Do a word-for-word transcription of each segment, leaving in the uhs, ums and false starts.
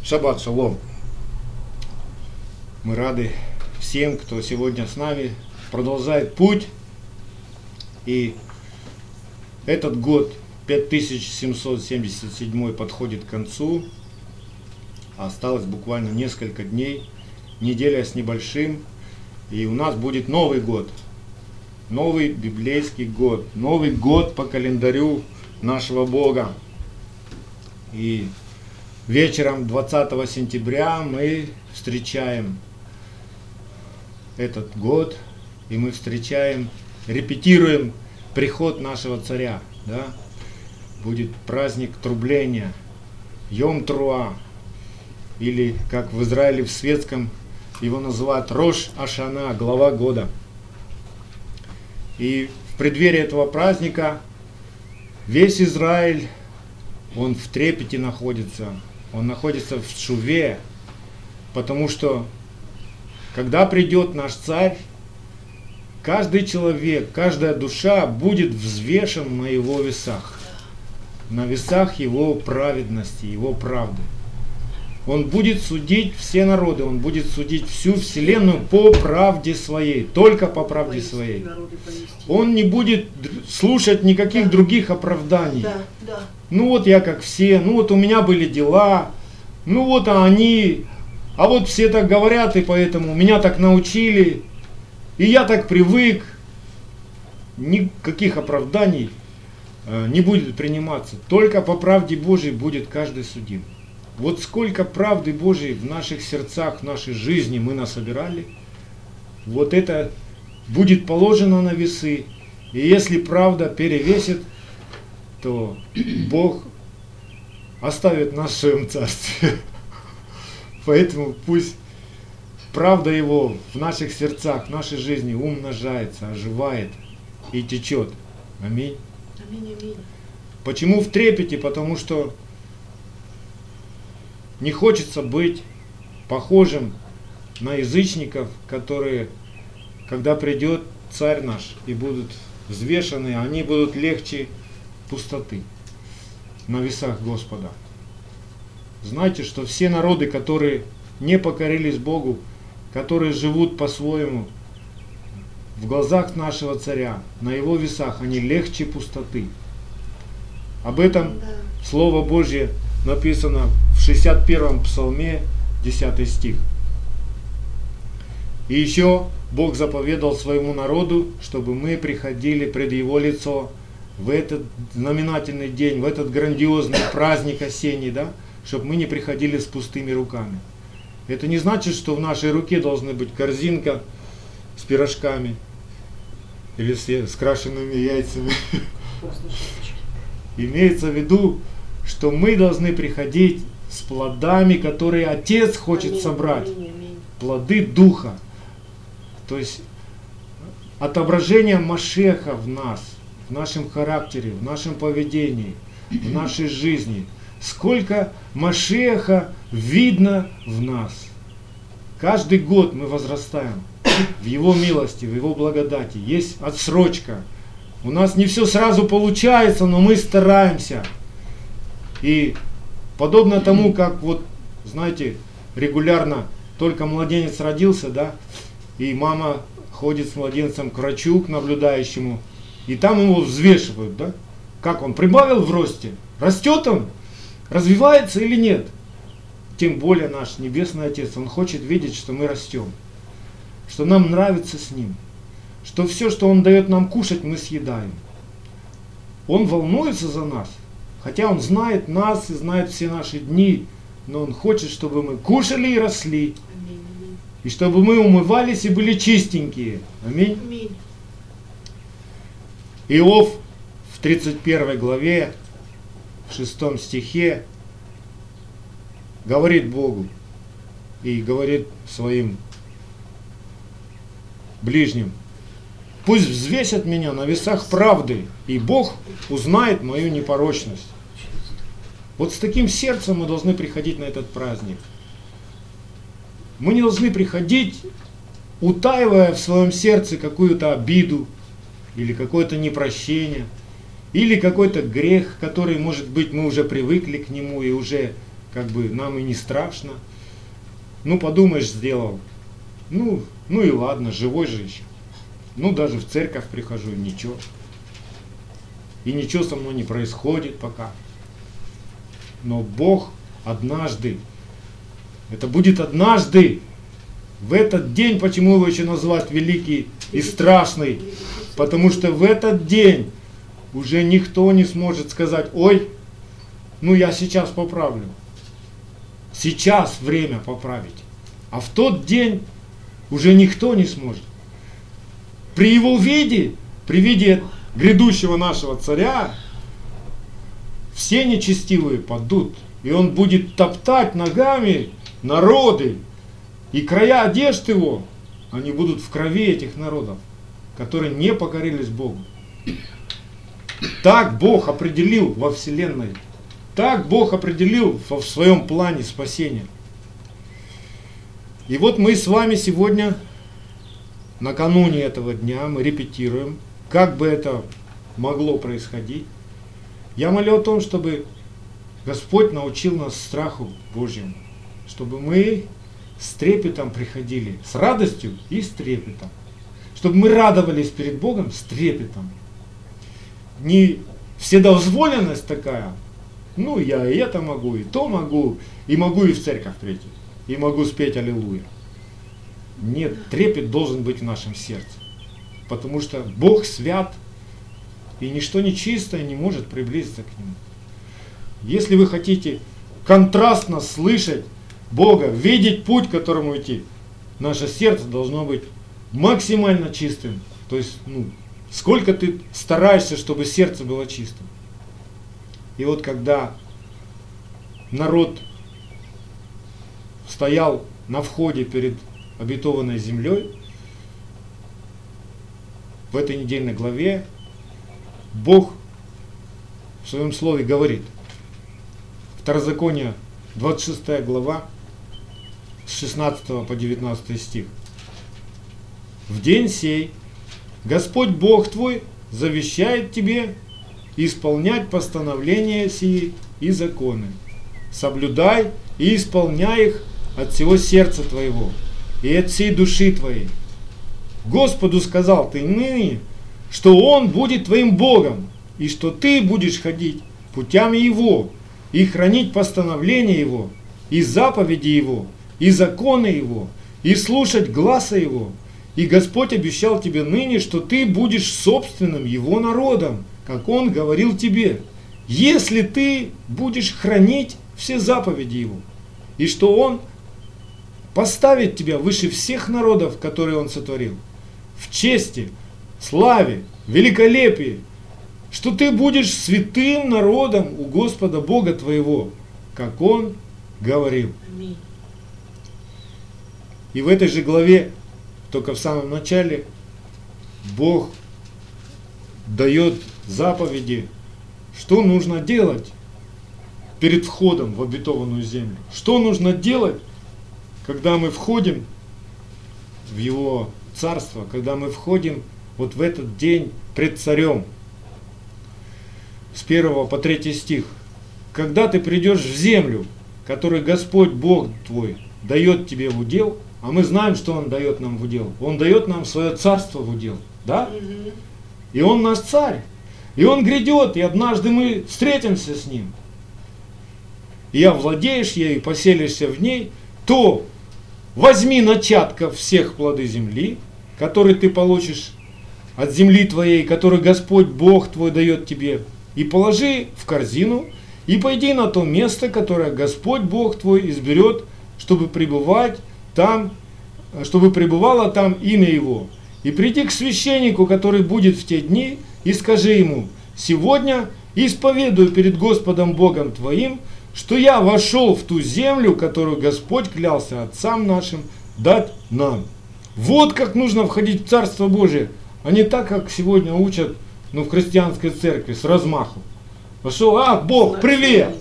Шаббат шалом. Мы рады всем, кто сегодня с нами продолжает путь. И этот год, пять тысяч семьсот семьдесят седьмой, подходит к концу. Осталось буквально несколько дней, неделя с небольшим. И у нас будет Новый год. Новый библейский год. Новый год по календарю нашего Бога. И вечером двадцатого сентября мы встречаем этот год, и мы встречаем, репетируем приход нашего царя. Да? Будет праздник трубления, Йом Труа, или как в Израиле в светском его называют Рош Ашана, глава года. И в преддверии этого праздника весь Израиль, он в трепете находится, он находится в шуве, потому что когда придет наш царь, каждый человек, каждая душа будет взвешен на его весах, на весах его праведности, его правды. Он будет судить все народы, он будет судить всю вселенную по правде своей, только по правде своей. Он не будет слушать никаких да. других оправданий. Да, да. Ну вот я как все, ну вот у меня были дела, ну вот а они, а вот все так говорят, и поэтому меня так научили, и я так привык. Никаких оправданий э, не будет приниматься, только по правде Божией будет каждый судим. Вот сколько правды Божией в наших сердцах, в нашей жизни мы насобирали, вот это будет положено на весы. И если правда перевесит, то Бог оставит нас в своем царстве. Поэтому пусть правда Его в наших сердцах, в нашей жизни умножается, оживает и течет. Аминь. Аминь, аминь. Почему в трепете? Потому что не хочется быть похожим на язычников, которые, когда придет царь наш и будут взвешены, они будут легче пустоты на весах Господа. Знайте, что все народы, которые не покорились Богу, которые живут по-своему, в глазах нашего царя, на его весах, они легче пустоты. Об этом Слово Божье написано в шестьдесят первом псалме, десятый стих. И еще Бог заповедал своему народу, чтобы мы приходили пред Его лицо в этот знаменательный день, в этот грандиозный праздник осенний, да, чтобы мы не приходили с пустыми руками. Это не значит, что в нашей руке должна быть корзинка с пирожками или с, с крашенными яйцами. Имеется в виду, что мы должны приходить с плодами, которые Отец хочет аминь, собрать. Аминь, аминь. Плоды Духа. То есть отображение Машеха в нас, в нашем характере, в нашем поведении, в нашей жизни. Сколько Машеха видно в нас. Каждый год мы возрастаем в Его милости, в Его благодати. Есть отсрочка. У нас не все сразу получается, но мы стараемся. И подобно тому, как вот, знаете, регулярно только младенец родился, да, и мама ходит с младенцем к врачу, к наблюдающему, и там его взвешивают, да, как он прибавил в росте, растет он, развивается или нет. Тем более наш Небесный Отец, Он хочет видеть, что мы растем, что нам нравится с Ним, что все, что Он дает нам кушать, мы съедаем. Он волнуется за нас. Хотя Он знает нас и знает все наши дни, но Он хочет, чтобы мы кушали и росли. Аминь. И чтобы мы умывались и были чистенькие. Аминь. Аминь. Иов в тридцать первой главе, в шестом стихе, говорит Богу и говорит своим ближним: пусть взвесят меня на весах правды, и Бог узнает мою непорочность. Вот с таким сердцем мы должны приходить на этот праздник. Мы не должны приходить, утаивая в своем сердце какую-то обиду, или какое-то непрощение, или какой-то грех, который, может быть, мы уже привыкли к нему и уже как бы нам и не страшно. Ну, подумаешь, сделал. Ну, ну и ладно, живой же еще. Ну, даже в церковь прихожу, ничего. И ничего со мной не происходит пока. Но Бог однажды, это будет однажды, в этот день, почему его еще называют великий и страшный? Потому что в этот день уже никто не сможет сказать: ой, ну я сейчас поправлю. Сейчас время поправить. А в тот день уже никто не сможет. При его виде, при виде грядущего нашего царя, все нечестивые падут. И он будет топтать ногами народы. И края одежд его, они будут в крови этих народов, которые не покорились Богу. Так Бог определил во Вселенной. Так Бог определил в своем плане спасения. И вот мы с вами сегодня, накануне этого дня, мы репетируем, как бы это могло происходить. Я молю о том, чтобы Господь научил нас страху Божьему, чтобы мы с трепетом приходили, с радостью и с трепетом. Чтобы мы радовались перед Богом с трепетом. Не вседозволенность такая, ну я и это могу, и то могу, и могу и в церковь прийти, и могу спеть аллилуйя. Нет, трепет должен быть в нашем сердце, потому что Бог свят, и ничто нечистое не может приблизиться к Нему. Если вы хотите контрастно слышать Бога, видеть путь, к которому идти, наше сердце должно быть максимально чистым. То есть, ну, сколько ты стараешься, чтобы сердце было чистым. И вот когда народ стоял на входе перед обетованной землей, в этой недельной главе Бог в своем слове говорит. Второзаконие, двадцать шестая глава, с шестнадцатого по девятнадцатый стих. В день сей Господь Бог твой завещает тебе исполнять постановления сии и законы. Соблюдай и исполняй их от всего сердца твоего и от всей души твоей. Господу сказал ты ныне, что Он будет твоим Богом, и что ты будешь ходить путями Его, и хранить постановления Его, и заповеди Его, и законы Его, и слушать гласа Его. И Господь обещал тебе ныне, что ты будешь собственным Его народом, как Он говорил тебе, если ты будешь хранить все заповеди Его, и что Он поставит тебя выше всех народов, которые Он сотворил, в чести, славе, великолепии, что ты будешь святым народом у Господа Бога твоего, как Он говорил. Аминь. И в этой же главе, только в самом начале, Бог дает заповеди, что нужно делать перед входом в обетованную землю. Что нужно делать, когда мы входим в Его Царство, когда мы входим вот в этот день пред Царем. С первого по третий стих. Когда ты придешь в землю, которую Господь Бог твой дает тебе в удел, а мы знаем, что Он дает нам в удел. Он дает нам свое царство в удел. Да? И Он наш царь. И Он грядет, и однажды мы встретимся с Ним. И овладеешь ею, поселишься в ней, то возьми начатков всех плоды земли, которые ты получишь от земли твоей, которую Господь Бог твой дает тебе, и положи в корзину, и пойди на то место, которое Господь Бог твой изберет, чтобы пребывать там, чтобы пребывало там имя Его. И приди к священнику, который будет в те дни, и скажи ему: сегодня исповедую перед Господом Богом твоим, что я вошел в ту землю, которую Господь клялся отцам нашим дать нам. Вот как нужно входить в Царство Божие, а не так, как сегодня учат, ну, в христианской церкви, с размаху. Пошел, а, Бог, привет!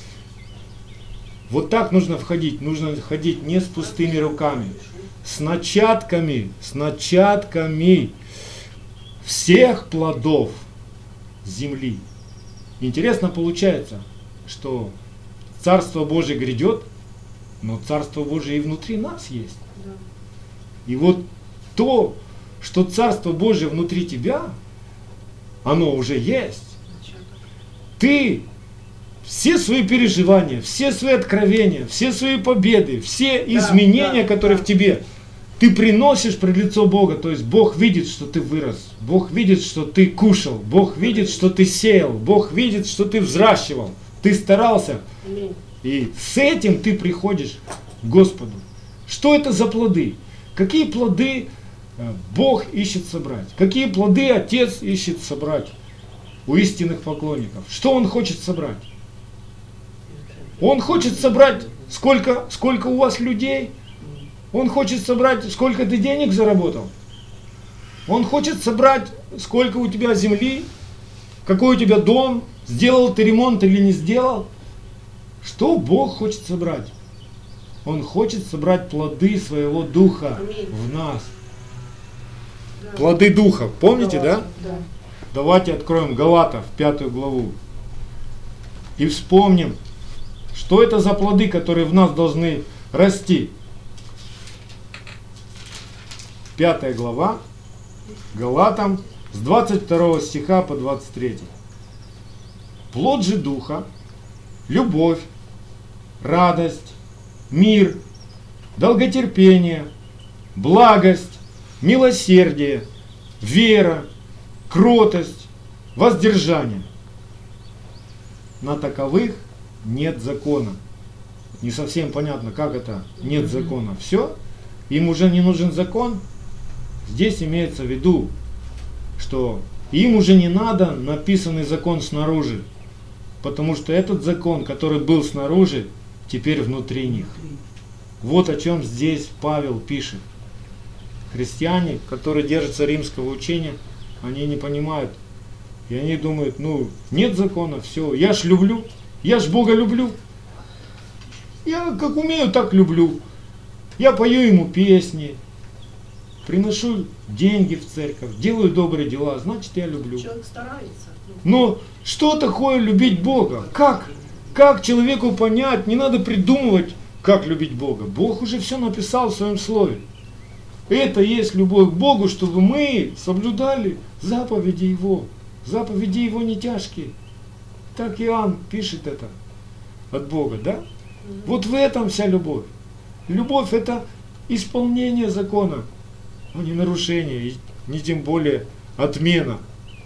Вот так нужно входить. Нужно ходить не с пустыми руками, с начатками, с начатками всех плодов земли. Интересно получается, что Царство Божие грядет, но Царство Божие и внутри нас есть. Да. И вот то, что Царство Божие внутри тебя, оно уже есть. Ты все свои переживания, все свои откровения, все свои победы, все Да, изменения, да, которые да. в тебе, ты приносишь пред лицо Бога. То есть Бог видит, что ты вырос, Бог видит, что ты кушал, Бог видит, что ты сеял, Бог видит, что ты взращивал, ты старался. Аминь. И с этим ты приходишь к Господу. Что это за плоды? Какие плоды э, Бог ищет собрать? Какие плоды Отец ищет собрать у истинных поклонников? Что Он хочет собрать? Он хочет собрать, сколько, сколько у вас людей. Он хочет собрать, сколько ты денег заработал. Он хочет собрать, сколько у тебя земли, какой у тебя дом, сделал ты ремонт или не сделал. Что Бог хочет собрать? Он хочет собрать плоды своего Духа в нас. Да. Плоды Духа, помните, да? Да. Давайте откроем Галатов, пятую главу. И вспомним, что это за плоды, которые в нас должны расти. Пятая глава, Галатам, с двадцать второго стиха по двадцать третий. Плод же Духа, любовь, радость, мир, долготерпение, благость, милосердие, вера, кротость, воздержание. На таковых нет закона. Не совсем понятно, как это нет закона. Все, им уже не нужен закон. Здесь имеется в виду, что им уже не надо написанный закон снаружи, потому что этот закон, который был снаружи, теперь внутри них. Вот о чем здесь Павел пишет. Христиане, которые держатся римского учения, они не понимают. И они думают, ну, нет закона, все, я ж люблю, я ж Бога люблю. Я как умею, так люблю. Я пою ему песни, приношу деньги в церковь, делаю добрые дела, значит, я люблю. Человек старается. Но что такое любить Бога? Как? Как человеку понять? Не надо придумывать, как любить Бога. Бог уже все написал в своем слове. Это есть любовь к Богу, чтобы мы соблюдали заповеди Его. Заповеди Его не тяжкие. Так Иоанн пишет это от Бога, да? Вот в этом вся любовь. Любовь — это исполнение закона, а не нарушение, и не тем более отмена.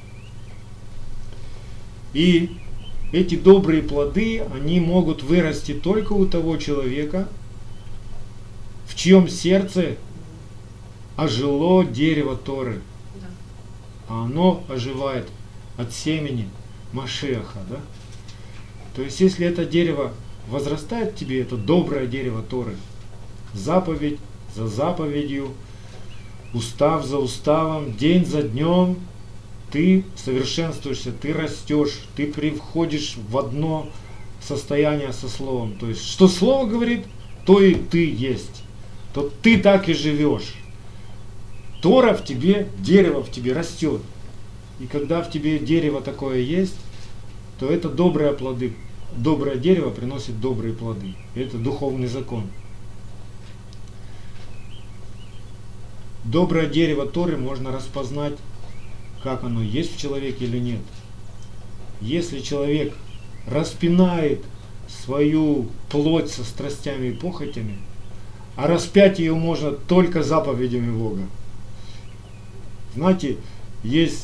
И эти добрые плоды, они могут вырасти только у того человека, в чьем сердце ожило дерево Торы. Да. А оно оживает от семени Машеха, да? То есть, если это дерево возрастает в тебе, это доброе дерево Торы, заповедь за заповедью, устав за уставом, день за днем, ты совершенствуешься, ты растешь, ты приходишь в одно состояние со Словом. То есть, что Слово говорит, то и ты есть. То ты так и живешь. Тора в тебе, дерево в тебе растет. И когда в тебе дерево такое есть, то это добрые плоды. Доброе дерево приносит добрые плоды. Это духовный закон. Доброе дерево Торы можно распознать, как оно есть в человеке или нет. Если человек распинает свою плоть со страстями и похотями, а распять ее можно только заповедями Бога. Знаете, есть,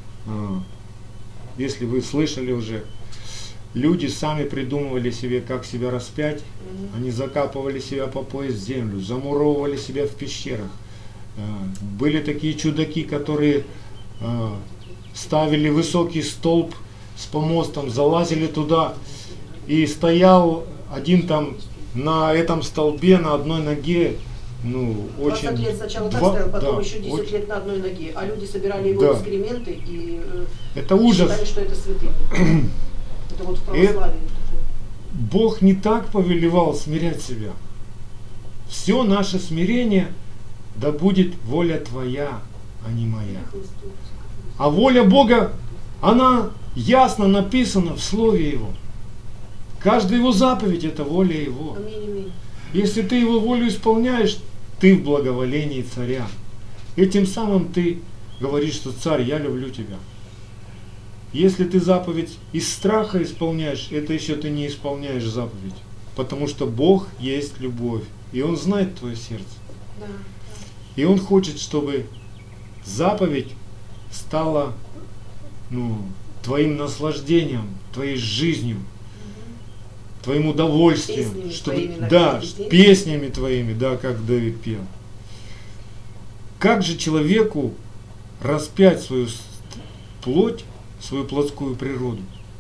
если вы слышали уже, люди сами придумывали себе, как себя распять. Они закапывали себя по пояс в землю, замуровывали себя в пещерах. Были такие чудаки, которые ставили высокий столб с помостом, залазили туда, и стоял один там на этом столбе на одной ноге. Ну, очень... двадцать лет сначала так Два... стоял, потом да, еще десять очень... лет на одной ноге, а люди собирали его да. экскременты и это ужас. считали, что это святыня. Это вот в православии. И Бог не так повелевал смирять себя. Все наше смирение, да будет воля Твоя, а не моя. А воля Бога, она ясно написана в Слове Его. Каждая его заповедь – это воля его. Аминь, аминь. Если ты его волю исполняешь, ты в благоволении царя. Этим самым ты говоришь, что царь, я люблю тебя. Если ты заповедь из страха исполняешь, это еще ты не исполняешь заповедь. Потому что Бог есть любовь. И Он знает твое сердце. Да, И Он хочет, чтобы заповедь стала ну, твоим наслаждением, твоей жизнью, твоим удовольствием. Песнями Чтобы, твоими на да, каждый день. песнями твоими, да, как Давид пел. Как же человеку распять свою плоть, свою плотскую природу?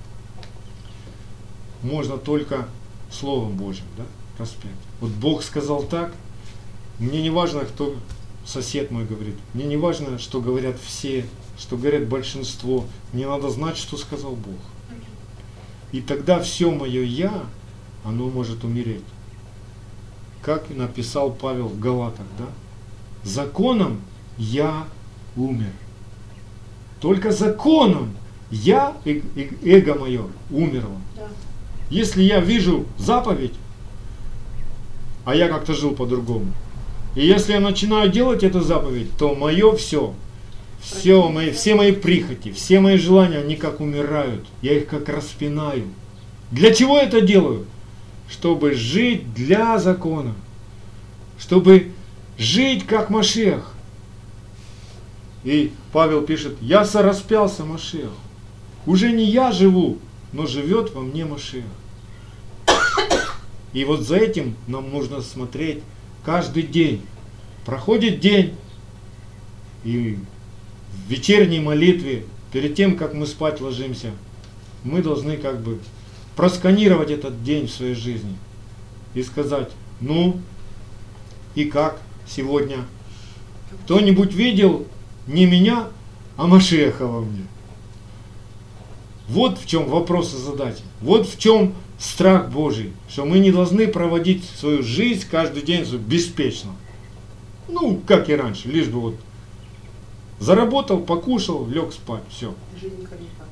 Можно только Словом Божьим, да, распять. Вот Бог сказал так, мне не важно, кто сосед мой говорит, мне не важно, что говорят все, что говорят большинство, мне надо знать, что сказал Бог. И тогда все мое «я», оно может умереть. Как написал Павел в Галатах, да? Законом я умер. Только законом я, э- э- эго мое, умерло. да. Если я вижу заповедь, а я как-то жил по-другому, и если я начинаю делать эту заповедь, то мое все, все мои, все мои прихоти, все мои желания, они как умирают. Я их как распинаю. Для чего я это делаю? Чтобы жить для закона. Чтобы жить как Машиах. И Павел пишет, я сораспялся Машиаху. Уже не я живу, но живет во мне Машиах. И вот за этим нам нужно смотреть каждый день. Проходит день, и в вечерней молитве, перед тем, как мы спать ложимся, мы должны как бы просканировать этот день в своей жизни и сказать, ну, и как сегодня? Кто-нибудь видел не меня, а Машиаха во мне? Вот в чем вопрос и задача. Вот в чем страх Божий, что мы не должны проводить свою жизнь каждый день беспечно. Ну, как и раньше, лишь бы вот заработал, покушал, лег спать, все. Жизнь коньяка.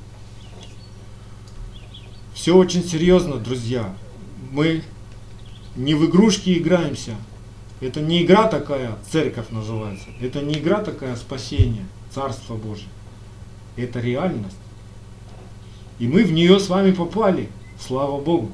Все очень серьезно, друзья. Мы не в игрушки играемся. Это не игра такая, церковь называется. Это не игра такая, спасение, Царство Божие. Это реальность. И мы в нее с вами попали. Слава Богу.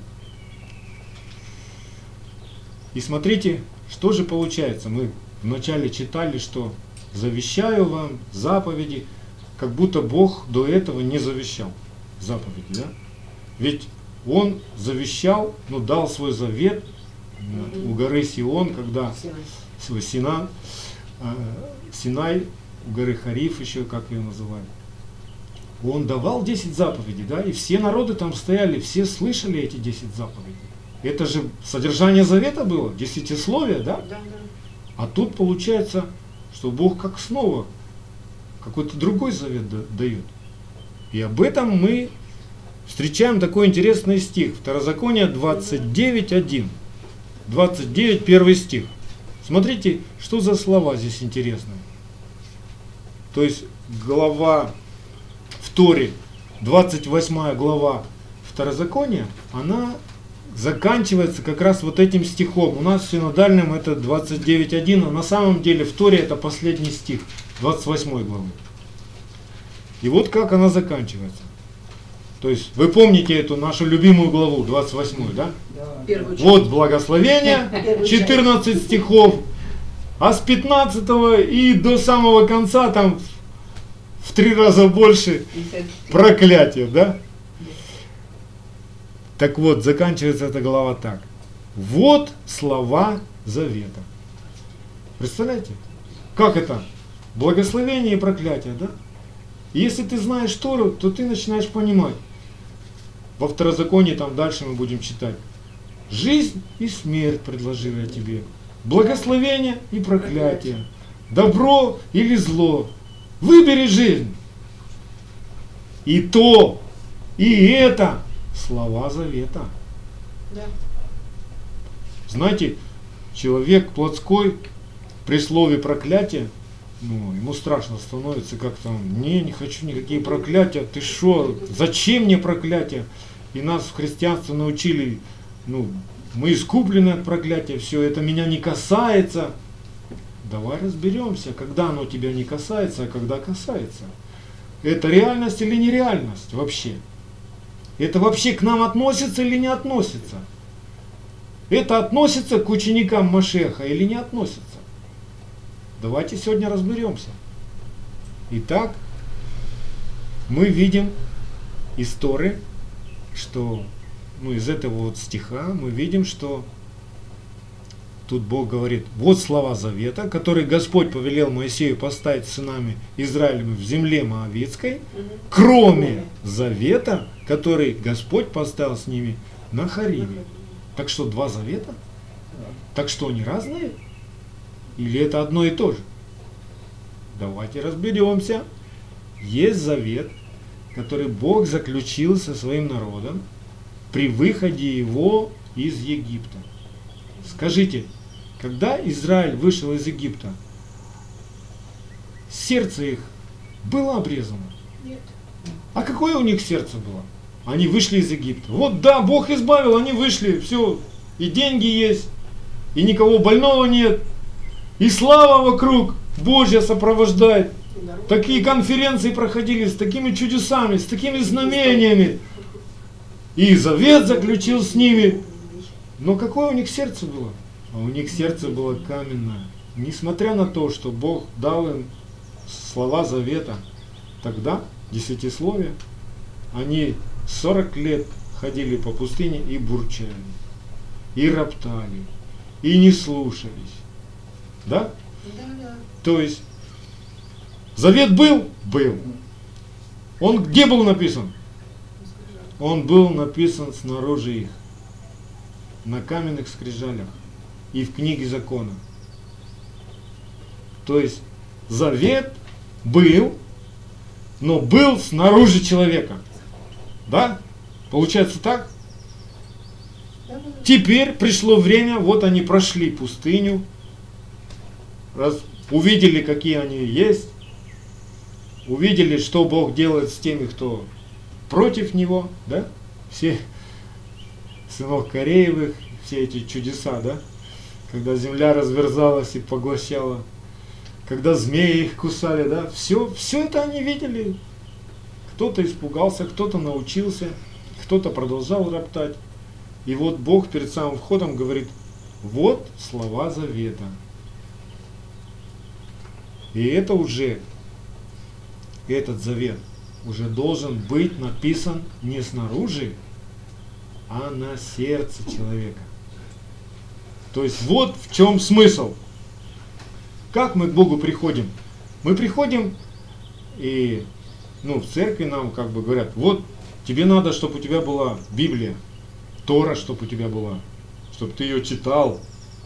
И смотрите, что же получается. Мы вначале читали, что завещаю вам заповеди, как будто Бог до этого не завещал заповеди, да? Ведь Он завещал, ну, дал свой завет у горы Сион, когда свой Синай, Синай, у горы Хариф еще, как ее называют. Он давал десять заповедей, да, и все народы там стояли, все слышали эти десять заповедей. Это же содержание завета было, десятисловие, да? Да, да. А тут получается, что Бог как снова какой-то другой завет дает. И об этом мы встречаем такой интересный стих. Второзаконие двадцать девять один. двадцать девять, первый стих. Смотрите, что за слова здесь интересные. То есть глава в Торе, двадцать восьмая глава Второзакония, она заканчивается как раз вот этим стихом. У нас в синодальном это двадцать девять один, а на самом деле в Торе это последний стих двадцать восьмой главы. И вот как она заканчивается. То есть вы помните эту нашу любимую главу, двадцать восьмую, да? Первую часть. Вот благословение, четырнадцать стихов, а с пятнадцатого и до самого конца там в три раза больше проклятия, да? Так вот, заканчивается эта глава так. Вот слова завета. Представляете? Как это? Благословение и проклятие, да? И если ты знаешь Тору, то ты начинаешь понимать. Во Второзаконии там дальше мы будем читать. Жизнь и смерть предложил я тебе. Благословение и проклятие. Добро или зло. Выбери жизнь. И то, и это слова завета. Да. Знаете, человек плотской при слове проклятия, ну, ему страшно становится, как там, не, не хочу никакие проклятия, ты шо, зачем мне проклятия? и нас в христианстве научили, ну, мы искуплены от проклятия, все это меня не касается. Давай разберемся, когда оно тебя не касается, а когда касается. Это реальность или нереальность вообще? Это вообще к нам относится или не относится? Это относится к ученикам Машеха или не относится? Давайте сегодня разберемся. Итак, мы видим из Торы, что, ну, из этого вот стиха мы видим, что тут Бог говорит, вот слова завета, которые Господь повелел Моисею поставить с сынами Израилевыми в земле Моавитской, кроме завета, который Господь поставил с ними на Хариве. Так что два завета? Так что они разные? Или это одно и то же? Давайте разберемся. Есть завет, который Бог заключил со своим народом при выходе его из Египта. Скажите, когда Израиль вышел из Египта, сердце их было обрезано? Нет. А какое у них сердце было? Они вышли из Египта. Вот да, Бог избавил, они вышли, все, и деньги есть, и никого больного нет, и слава вокруг Божья сопровождает. Такие конференции проходили с такими чудесами, с такими знамениями. И завет заключил с ними. Но какое у них сердце было? А у них сердце было каменное. Несмотря на то, что Бог дал им слова завета, тогда, десятисловие, они сорок лет ходили по пустыне и бурчали, и роптали, и не слушались. Да? Да, да. То есть, завет был? Был. Он где был написан? Он был написан снаружи их, на каменных скрижалях и в книге закона. То есть, завет был, но был снаружи человека. Да? Получается так? Да, да, да. Теперь пришло время, вот они прошли пустыню, раз, увидели, какие они есть, увидели, что Бог делает с теми, кто против Него, да? Все сынов Кореевых, все эти чудеса, да? Когда земля разверзалась и поглощала, когда змеи их кусали, да? Все, все это они видели. Кто-то испугался, кто-то научился, кто-то продолжал роптать. И вот Бог перед самым входом говорит, вот слова завета. И это уже, этот завет уже должен быть написан не снаружи, а на сердце человека. То есть вот в чем смысл. Как мы к Богу приходим? Мы приходим и, ну, в церкви нам как бы говорят, вот тебе надо, чтобы у тебя была Библия, Тора, чтобы у тебя была, чтобы ты ее читал.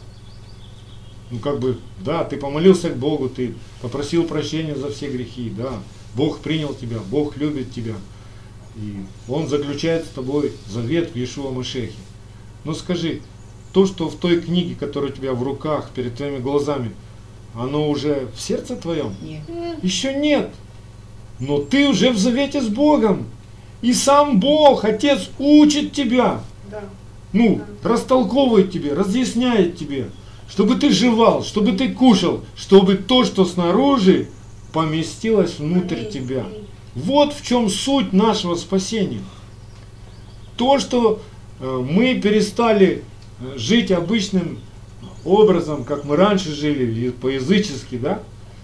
Ну как бы, да, ты помолился к Богу, ты попросил прощения за все грехи, да, Бог принял тебя, Бог любит тебя, и Он заключает с тобой завет в Иешуа Машехе. Но скажи, то, что в той книге, которая у тебя в руках, перед твоими глазами, оно уже в сердце твоем? Нет. Еще нет. Но ты уже в завете с Богом. И сам Бог, Отец, учит тебя. Да. Ну, Да. растолковывает тебе, разъясняет тебе. Чтобы ты жевал, чтобы ты кушал, чтобы то, что снаружи, поместилось внутрь Аминь. тебя. Аминь. Вот в чем суть нашего спасения. То, что э, мы перестали э, жить обычным образом, как мы раньше жили, по-язычески, да?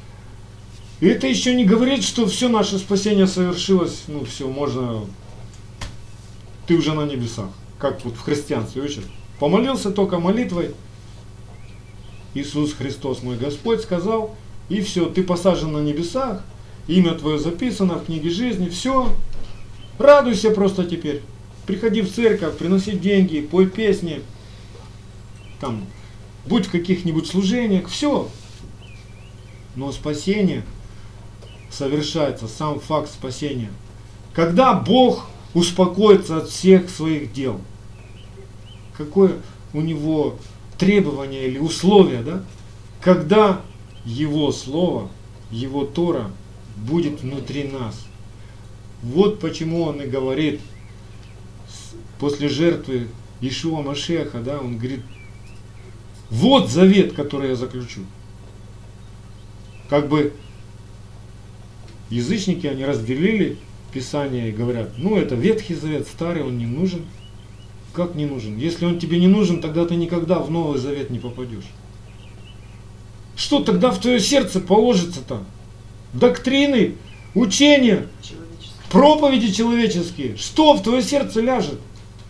И это еще не говорит, что все наше спасение совершилось, ну все, можно, ты уже на небесах, как вот в христианстве учат. Помолился только молитвой, Иисус Христос мой Господь сказал, и все, ты посажен на небесах, имя твое записано в книге жизни, все, радуйся просто теперь. Приходи в церковь, приноси деньги, пой песни, там, будь в каких-нибудь служениях, все. Но спасение совершается, сам факт спасения, когда Бог успокоится от всех своих дел. Какое у Него требование или условие, да? Когда Его Слово, Его Тора будет внутри нас. Вот почему Он и говорит, после жертвы Иешуа Машеха, да, он говорит, вот завет, который я заключу. Как бы язычники, они разделили Писание и говорят, ну это Ветхий Завет, Старый, он не нужен. Как не нужен? Если он тебе не нужен, тогда ты никогда в Новый Завет не попадешь. Что тогда в твое сердце положится-то? Доктрины, учения, проповеди человеческие. Что в твое сердце ляжет?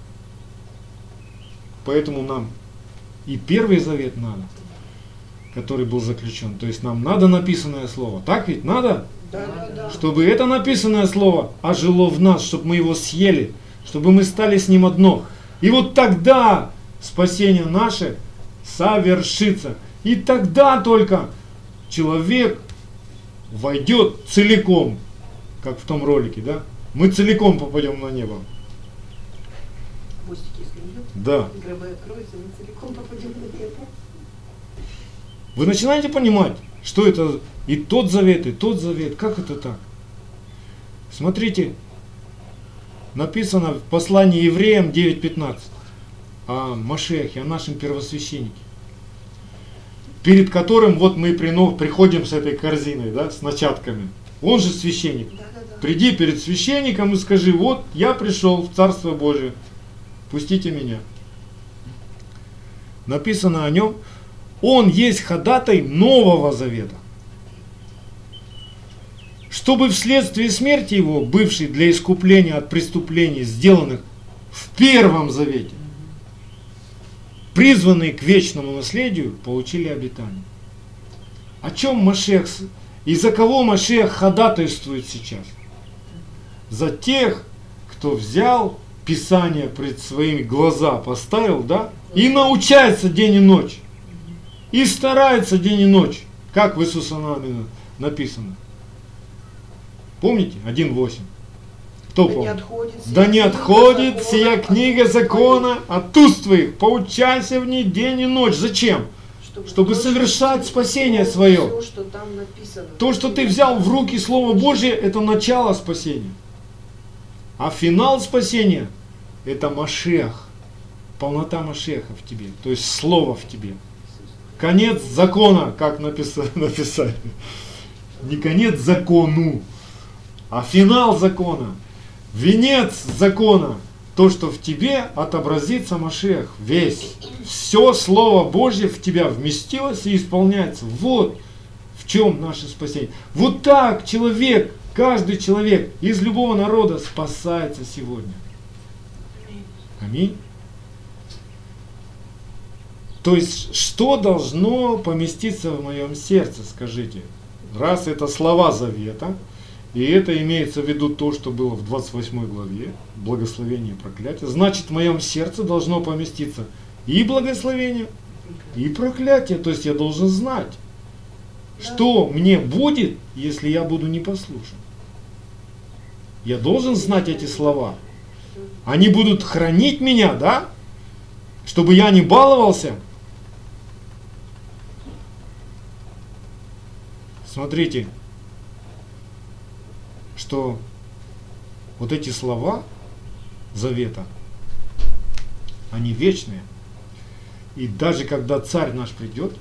Поэтому нам и Первый Завет надо, который был заключен. То есть нам надо написанное слово. Так ведь надо? Да, да, да. Чтобы это написанное слово ожило в нас, чтобы мы его съели, чтобы мы стали с ним одно. И вот тогда спасение наше совершится. И тогда только человек войдет целиком, как в том ролике, да? Мы целиком попадем на небо. Хвостики, если нет, Да. гробы откроются, мы целиком попадем на небо. Вы начинаете понимать, что это и тот завет, и тот завет. Как это так? Смотрите, написано в послании Евреям девять пятнадцать о Машиахе, о нашем первосвященнике, перед которым вот мы приходим с этой корзиной, да, с начатками. Он же священник. Да, да, да. Приди перед священником и скажи, вот я пришел в Царство Божие, пустите меня. Написано о нем, он есть ходатай Нового Завета, чтобы вследствие смерти его, бывший для искупления от преступлений, сделанных в Первом Завете, призванные к вечному наследию, получили обетание. О чем Машиах, и за кого Машиах ходатайствует сейчас? За тех, кто взял Писание пред своими глаза, поставил, да, и научается день и ночь, и старается день и ночь, как в Иисусе Навине написано. Помните? один восемь. Кто Да не помнит? отходит, Да не сия отходит книга сия закона книга от закона от уст твоих, поучайся в ней день и ночь. Зачем? Чтобы, Чтобы совершать спасение свое. Все, что там написано. То, что ты взял в руки Слово Божие, это начало спасения. А финал спасения – это Машиах, полнота Машиаха в тебе, то есть Слово в тебе. Конец закона, как написали, написали. Не конец закону, а финал закона. Венец закона, то, что в тебе отобразится Машиах весь. Все Слово Божье в тебя вместилось и исполняется. Вот в чем наше спасение. Вот так человек, каждый человек из любого народа спасается сегодня. Аминь. То есть, что должно поместиться в моем сердце, скажите? Раз это слова завета, и это имеется в виду то, что было в двадцать восьмой главе, благословение и проклятие, значит, в моем сердце должно поместиться и благословение, и проклятие. То есть, я должен знать, что мне будет, если я буду непослушен. Я должен знать эти слова. Они будут хранить меня, да? Чтобы я не баловался. Смотрите, что вот эти слова завета, они вечные. И даже когда царь наш придет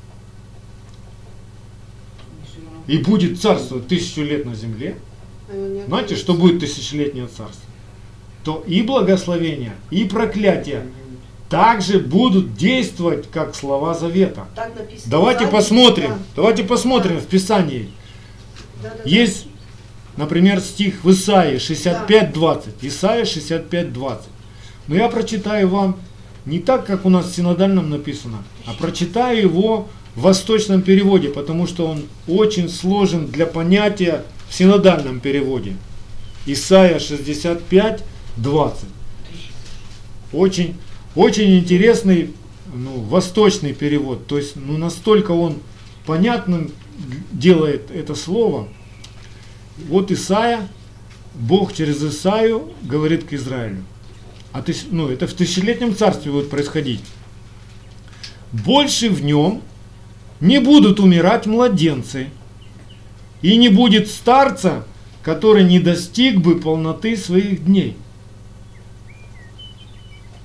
и будет царствовать тысячу лет на земле, знаете, что будет тысячелетнее царство? То и благословение, и проклятие также будут действовать, как слова завета. Так написано. Давайте Да, посмотрим, да. давайте посмотрим в Писании. Да, да, да. Есть, например, стих в Исаии шестьдесят пять двадцать. Исаия шестьдесят пять двадцать. Но я прочитаю вам не так, как у нас в синодальном написано, а прочитаю его в восточном переводе, потому что он очень сложен для понятия в синодальном переводе. Исаия шестьдесят пять двадцать. Очень, очень интересный, ну, восточный перевод. То есть, ну, настолько он понятным делает это слово. Вот Исаия, Бог через Исаию говорит к Израилю. А тысяч, ну, это в тысячелетнем царстве будет происходить. Больше в нем не будут умирать младенцы, и не будет старца, который не достиг бы полноты своих дней.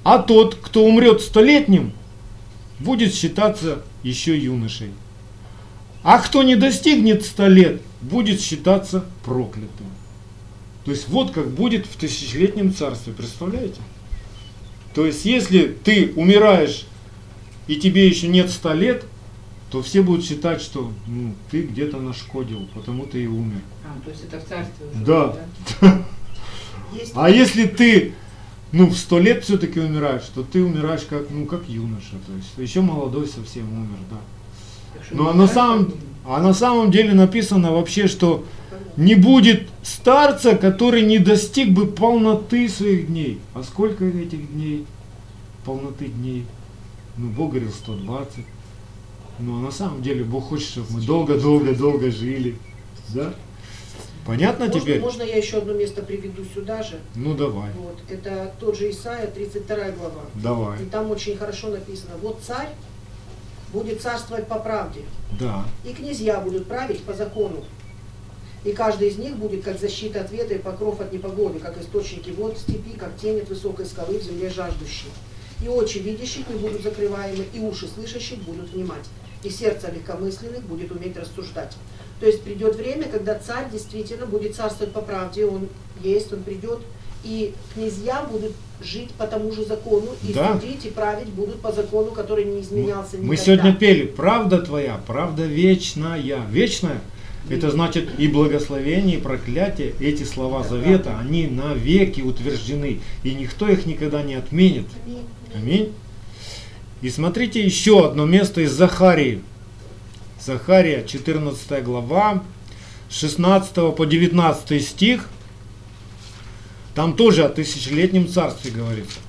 А тот, кто умрет столетним, будет считаться еще юношей. А кто не достигнет ста лет, будет считаться проклятым. То есть вот как будет в тысячелетнем царстве, представляете? То есть если ты умираешь и тебе еще нет ста лет, то все будут считать, что ну, ты где-то нашкодил, потому ты и умер. А, то есть это в царстве уже. Да. да? Есть А если ты ну, в сто лет все-таки умираешь, то ты умираешь как, ну, как юноша. То есть еще молодой совсем умер, да. Так что Ну а не на, знаю, самом, как- а на самом деле написано вообще, что не будет старца, который не достиг бы полноты своих дней. А сколько этих дней? Полноты дней. Ну, Бог говорил сто двадцать. Ну, а на самом деле Бог хочет, чтобы мы долго-долго-долго жили. Да? Понятно можно, теперь? можно я еще одно место приведу сюда же? Ну, давай. Вот. Это тот же Исаия, тридцать вторая глава. Давай. И там очень хорошо написано: вот царь будет царствовать по правде, Да. и князья будут править по закону. И каждый из них будет как защита от ветра и покров от непогоды, как источники вод в степи, как тень от высокой скалы в земле жаждущей. И очи видящих не будут закрываемы, и уши слышащих будут внимать. И сердце легкомысленных будет уметь рассуждать. То есть придет время, когда царь действительно будет царствовать по правде, он есть, он придет, и князья будут жить по тому же закону, и Да. судить, и править будут по закону, который не изменялся никогда. Мы сегодня пели «Правда твоя, правда вечная». Вечная – это значит и благословение, и проклятие. Эти слова Это завета, правда. они навеки утверждены, и никто их никогда не отменит. Аминь. Аминь. И смотрите еще одно место из Захарии. Захария, четырнадцатая глава, с шестнадцатого по девятнадцатый стих. Там тоже о тысячелетнем царстве говорится.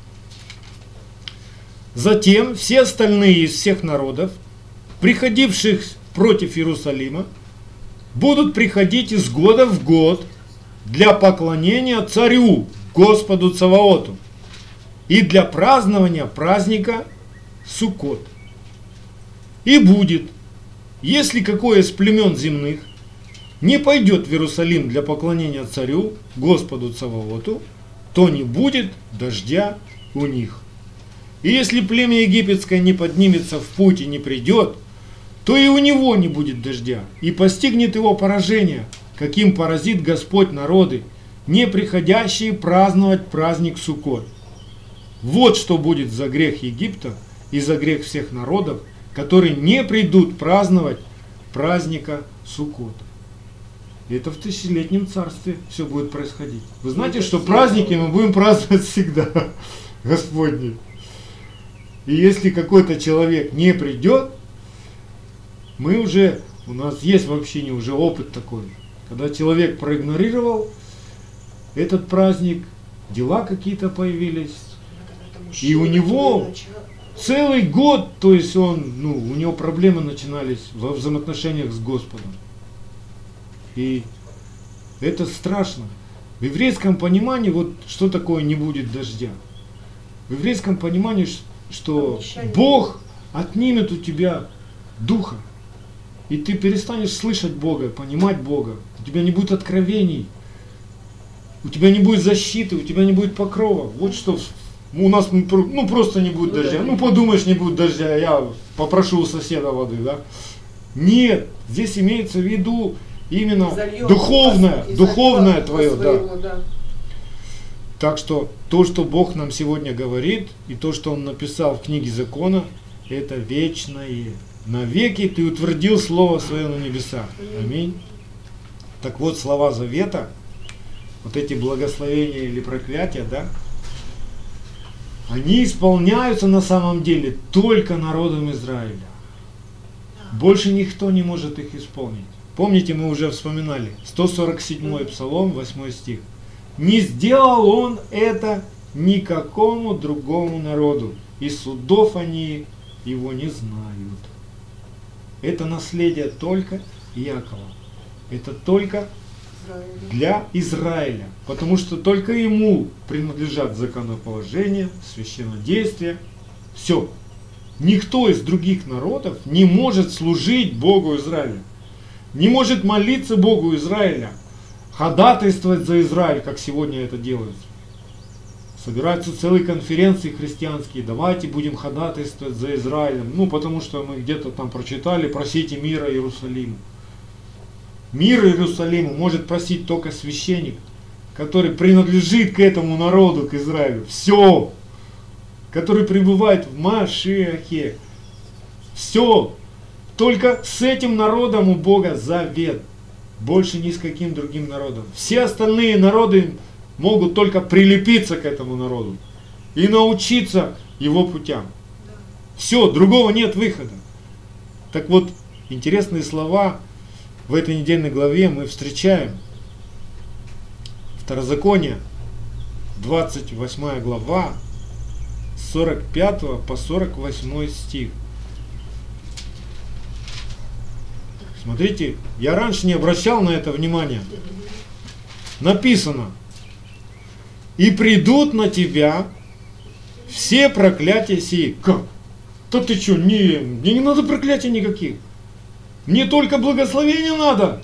Затем все остальные из всех народов, приходивших против Иерусалима, будут приходить из года в год для поклонения царю, Господу Цаваоту, и для празднования праздника Суккот. И будет, если какое из племен земных не пойдет в Иерусалим для поклонения царю, Господу Цаваоту, то не будет дождя у них. И если племя египетское не поднимется в путь и не придет, то и у него не будет дождя, и постигнет его поражение, каким поразит Господь народы, не приходящие праздновать праздник Суккот. Вот что будет за грех Египта и за грех всех народов, которые не придут праздновать праздника Суккот. И это в тысячелетнем царстве все будет происходить. Вы знаете, что праздники мы будем праздновать всегда, Господни. И если какой-то человек не придет, мы уже, у нас есть в общине уже опыт такой, когда человек проигнорировал этот праздник, дела какие-то появились, и у него целый год, то есть он, ну, у него проблемы начинались во взаимоотношениях с Господом. И это страшно. В еврейском понимании, вот что такое не будет дождя? В еврейском понимании, что Бог отнимет у тебя духа, и ты перестанешь слышать Бога, понимать Бога, у тебя не будет откровений, у тебя не будет защиты, у тебя не будет покрова. Вот что у нас, ну, просто не будет дождя. Ну, подумаешь, не будет дождя, я попрошу у соседа воды, да? Нет, здесь имеется в виду именно Зальем, духовное, и духовное зальем твое, своего, да. да. Так что то, что Бог нам сегодня говорит, и то, что Он написал в книге закона, это вечное. Навеки ты утвердил Слово Свое на небесах. Аминь. Так вот, слова завета, вот эти благословения или проклятия, да, они исполняются на самом деле только народом Израиля. Больше никто не может их исполнить. Помните, мы уже вспоминали, сто сорок седьмой Псалом, восьмой стих. «Не сделал он это никакому другому народу, и судов они его не знают». Это наследие только Иакова. Это только для Израиля. Потому что только ему принадлежат законоположения, священнодействие. Все. Никто из других народов не может служить Богу Израиля. Не может молиться Богу Израиля. Ходатайствовать за Израиль, как сегодня это делается. Собираются целые конференции христианские, давайте будем ходатайствовать за Израилем. Ну, потому что мы где-то там прочитали, просите мира Иерусалиму. Мир Иерусалиму может просить только священник, который принадлежит к этому народу, к Израилю. Все. Который пребывает в Машиахе. Все. Только с этим народом у Бога завет. Больше ни с каким другим народом. Все остальные народы могут только прилепиться к этому народу и научиться его путям. Все, другого нет выхода. Так вот, интересные слова в этой недельной главе мы встречаем. Второзаконие, двадцать восьмая глава, с сорок пятого по сорок восьмой стих. Смотрите, я раньше не обращал на это внимания. Написано: и придут на тебя все проклятия сии. Как? Да ты что, не, мне не надо проклятий никаких. Мне только благословения надо.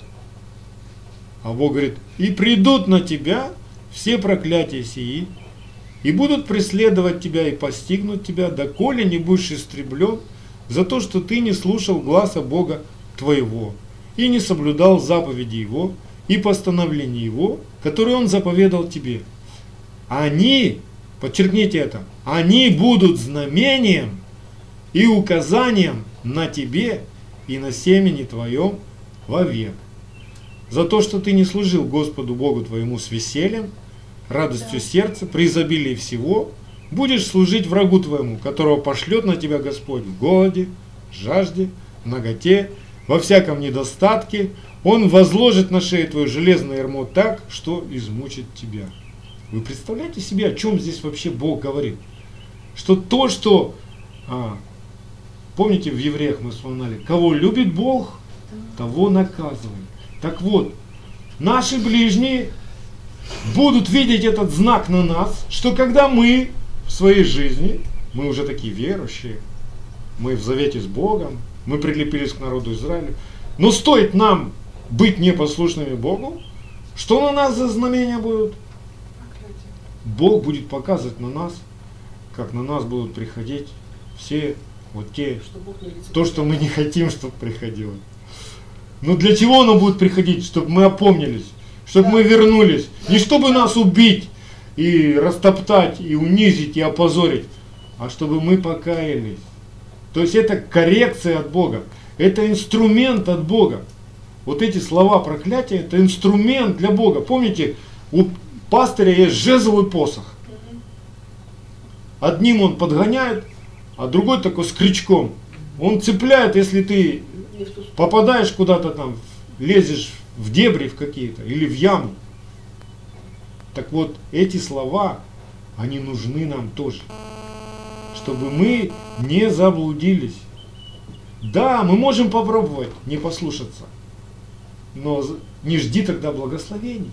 А Бог говорит: и придут на тебя все проклятия сии, и будут преследовать тебя и постигнут тебя, доколе не будешь истреблен за то, что ты не слушал гласа Бога твоего, и не соблюдал заповеди Его и постановления Его, которые Он заповедал тебе. Они, подчеркните это, они будут знамением и указанием на тебе и на семени твоем вовек. За то, что ты не служил Господу Богу твоему с весельем, радостью сердца, при изобилии всего, будешь служить врагу твоему, которого пошлет на тебя Господь в голоде, жажде, наготе, во всяком недостатке. Он возложит на шею твою железное ярмо так, что измучит тебя. Вы представляете себе, о чем здесь вообще Бог говорит? Что то, что, а, помните, в Евреях мы вспоминали, кого любит Бог, того наказывает. Так вот, наши ближние будут видеть этот знак на нас, что когда мы в своей жизни, мы уже такие верующие, мы в завете с Богом, мы прилепились к народу Израиля, но стоит нам быть непослушными Богу, что на нас за знамения будут? Бог будет показывать на нас, как на нас будут приходить все вот те, что то, что мы не хотим, чтобы приходило. Но для чего оно будет приходить? Чтобы мы опомнились, чтобы да. мы вернулись. Не чтобы нас убить и растоптать, и унизить, и опозорить, а чтобы мы покаялись. То есть это коррекция от Бога, это инструмент от Бога. Вот эти слова проклятия, это инструмент для Бога. Помните, у пастыря есть жезл и посох. Одним он подгоняет, а другой такой с крючком. Он цепляет, если ты попадаешь куда-то там, лезешь в дебри в какие-то или в яму. Так вот, эти слова, они нужны нам тоже, чтобы мы не заблудились. Да, мы можем попробовать не послушаться, но не жди тогда благословений.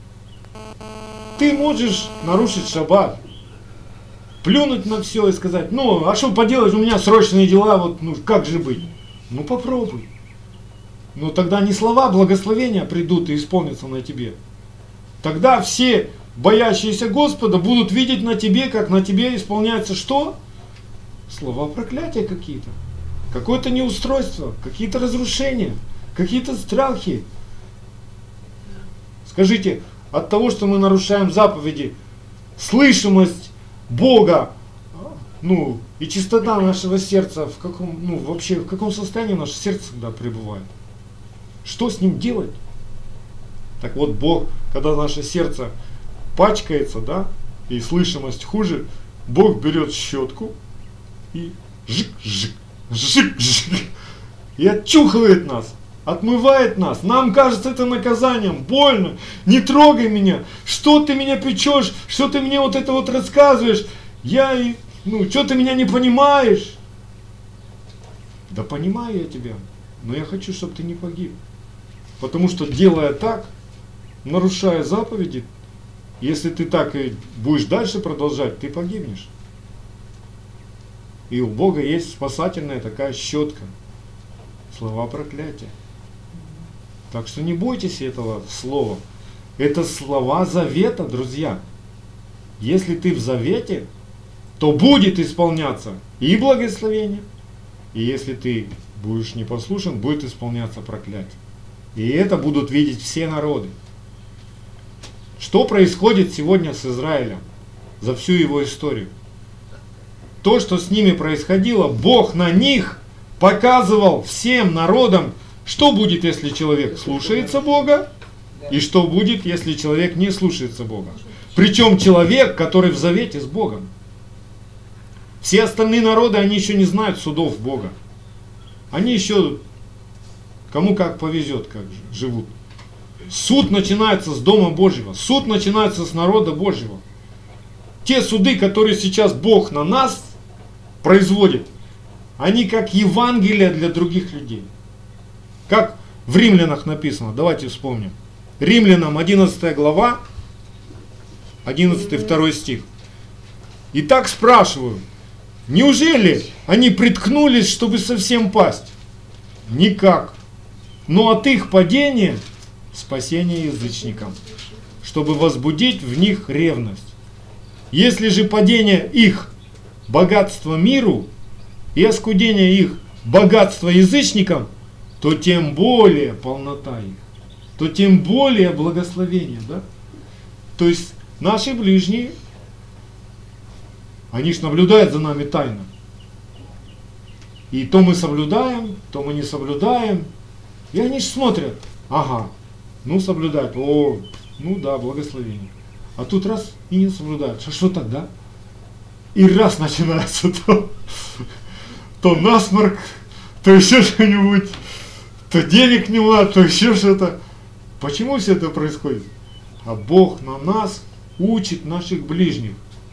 Ты можешь нарушить шаббат, плюнуть на все и сказать: ну, а что поделать, у меня срочные дела, вот, ну, как же быть? Ну, попробуй. Но тогда не слова благословения придут и исполнятся на тебе. Тогда все боящиеся Господа будут видеть на тебе, как на тебе исполняется что? Слова проклятия какие-то. Какое-то неустройство, какие-то разрушения, какие-то страхи. Скажите, от того, что мы нарушаем заповеди, слышимость Бога, ну, и чистота нашего сердца, в каком, ну, вообще, в каком состоянии наше сердце всегда пребывает? Что с ним делать? Так вот, Бог, когда наше сердце пачкается, да, и слышимость хуже, Бог берет щетку и жик-жик, жик-жик, и отчухивает нас, отмывает нас. Нам кажется это наказанием, больно, не трогай меня, что ты меня печешь, что ты мне вот это вот рассказываешь, я, ну, что ты меня не понимаешь? Да понимаю я тебя, но я хочу, чтобы ты не погиб. Потому что, делая так, нарушая заповеди, если ты так и будешь дальше продолжать, ты погибнешь. И у Бога есть спасательная такая щетка. Слова проклятия. Так что не бойтесь этого слова. Это слова завета, друзья. если ты в завете, то будет исполняться и благословение, и если ты будешь непослушен, будет исполняться проклятие. И это будут видеть все народы. Что происходит сегодня с Израилем за всю его историю? То, что с ними происходило, Бог на них показывал всем народам, что будет, если человек слушается Бога, и что будет, если человек не слушается Бога. Причем человек, который в завете с Богом. Все остальные народы, они еще не знают судов Бога. Они еще, кому как повезет, как живут. Суд начинается с Дома Божьего. Суд начинается с народа Божьего. Те суды, которые сейчас Бог на нас производит, они как Евангелие для других людей. Как в Римлянах написано, давайте вспомним. Римлянам одиннадцатая глава, одиннадцатый второй стих. Итак, спрашиваю, неужели они приткнулись, чтобы совсем пасть? Никак. Но от их падения спасение язычникам, чтобы возбудить в них ревность. Если же падение их богатство миру и оскудение их богатство язычникам, то тем более полнота их, то тем более благословение. Да? То есть наши ближние, они ж наблюдают за нами тайно. И то мы соблюдаем, то мы не соблюдаем. И они ж смотрят, ага, ну соблюдают, о, ну да, благословение. А тут раз и не соблюдают. А что тогда? И раз начинается то, то насморк, то еще что-нибудь, то денег не надо, то еще что-то. Почему все это происходит? А Бог на нас учит наших ближних.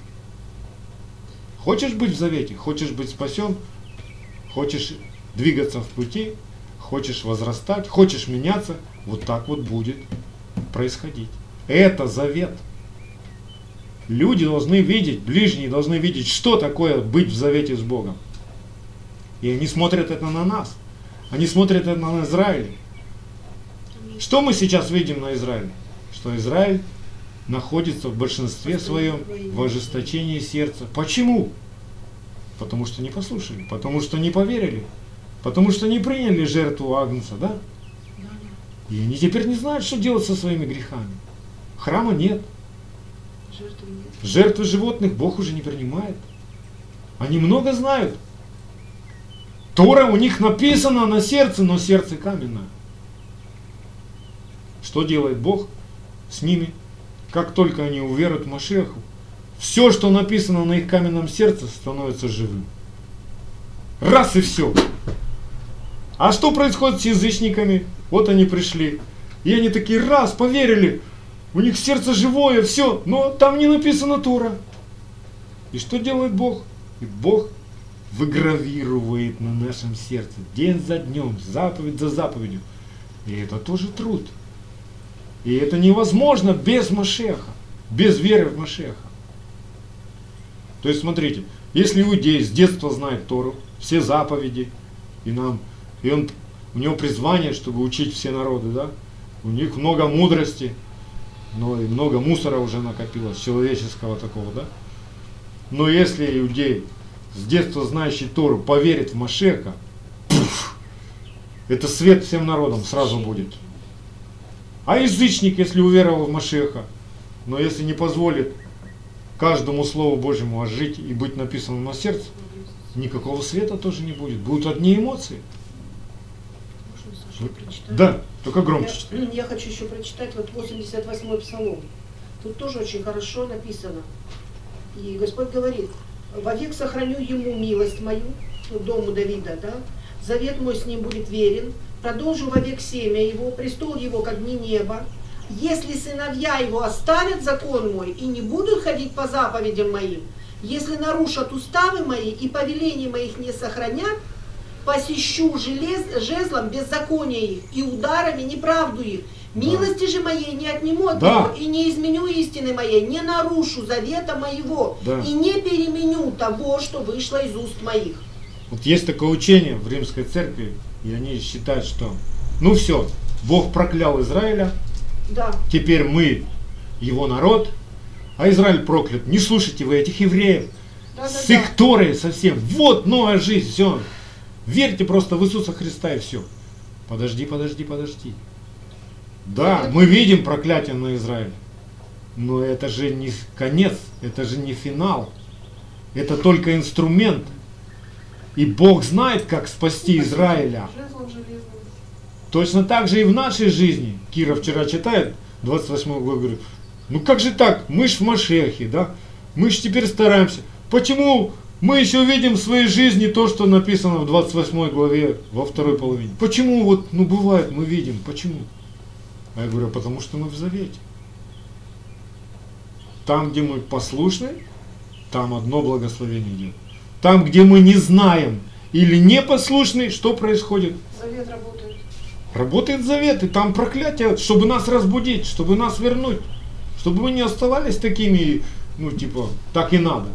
Хочешь быть в завете, хочешь быть спасен, хочешь двигаться в пути, хочешь возрастать, хочешь меняться, вот так вот будет происходить. Это завет. Люди должны видеть, ближние должны видеть, что такое быть в завете с Богом. И они смотрят это на нас. Они смотрят это на Израиль. Что мы сейчас видим на Израиле? Что Израиль находится в большинстве своем в ожесточении сердца. Почему? Потому что не послушали, потому что не поверили, потому что не приняли жертву Агнца, да? И они теперь не знают, что делать со своими грехами. Храма нет. Жертвы животных Бог уже не принимает. Они много знают. Тора у них написана на сердце, но сердце каменное. Что делает Бог с ними? Как только они уверуют в Машиаху, все, что написано на их каменном сердце, становится живым. Раз и все. А что происходит с язычниками? Вот они пришли. И они такие раз поверили. У них сердце живое, все. Но там не написано Тора. И что делает Бог? И Бог выгравирует на нашем сердце день за днем, заповедь за заповедью. И это тоже труд. И это невозможно без Машеха, без веры в Машеха. То есть смотрите, если иудей с детства знает Тору, все заповеди, и нам, и он, у него призвание, чтобы учить все народы, да, у них много мудрости, но и много мусора уже накопилось, человеческого такого, да. Но если иудей с детства знающий Тору поверит в Машеха, пуф, это свет всем народам сразу будет. А язычник, если уверовал в Машеха, но если не позволит каждому Слову Божьему ожить и быть написанным на сердце, никакого света тоже не будет. Будут одни эмоции. Да, только громче. Я, я хочу еще прочитать вот восемьдесят восьмой псалом. Тут тоже очень хорошо написано. И Господь говорит: вовек сохраню ему милость мою, ну, дому Давида, да, завет мой с ним будет верен, продолжу вовек семя его, престол его как дни неба. Если сыновья его оставят закон мой и не будут ходить по заповедям моим, если нарушат уставы мои и повеления моих не сохранят, посещу желез, жезлом беззакония их и ударами неправду их. Милости же моей не отниму от Да. него, и не изменю истины моей, не нарушу завета моего, Да. и не переменю того, что вышло из уст моих. Вот есть такое учение в Римской церкви, и они считают, что ну все, Бог проклял Израиля, Да. теперь мы его народ, а Израиль проклят. Не слушайте вы этих евреев. Да, С да, их да. Торой совсем. Вот новая жизнь, все. Верьте просто в Иисуса Христа и все. Подожди, подожди, подожди. Да, мы видим проклятие на Израиль. Но это же не конец, это же не финал. Это только инструмент. И Бог знает, как спасти Израиля. Жезлом железным. Точно так же и в нашей жизни. Кира вчера читает двадцать восьмую главу, говорит, ну как же так, мы ж в Машехе, да? Мы ж теперь стараемся. Почему мы еще видим в своей жизни то, что написано в двадцать восьмой главе во второй половине? Почему вот, ну бывает, мы видим, почему? А я говорю, потому что мы в завете. Там, где мы послушны, там одно благословение идет. Там, где мы не знаем или непослушны, что происходит? Завет работает. Работает завет, и там проклятие, чтобы нас разбудить, чтобы нас вернуть, чтобы мы не оставались такими, ну типа, так и надо.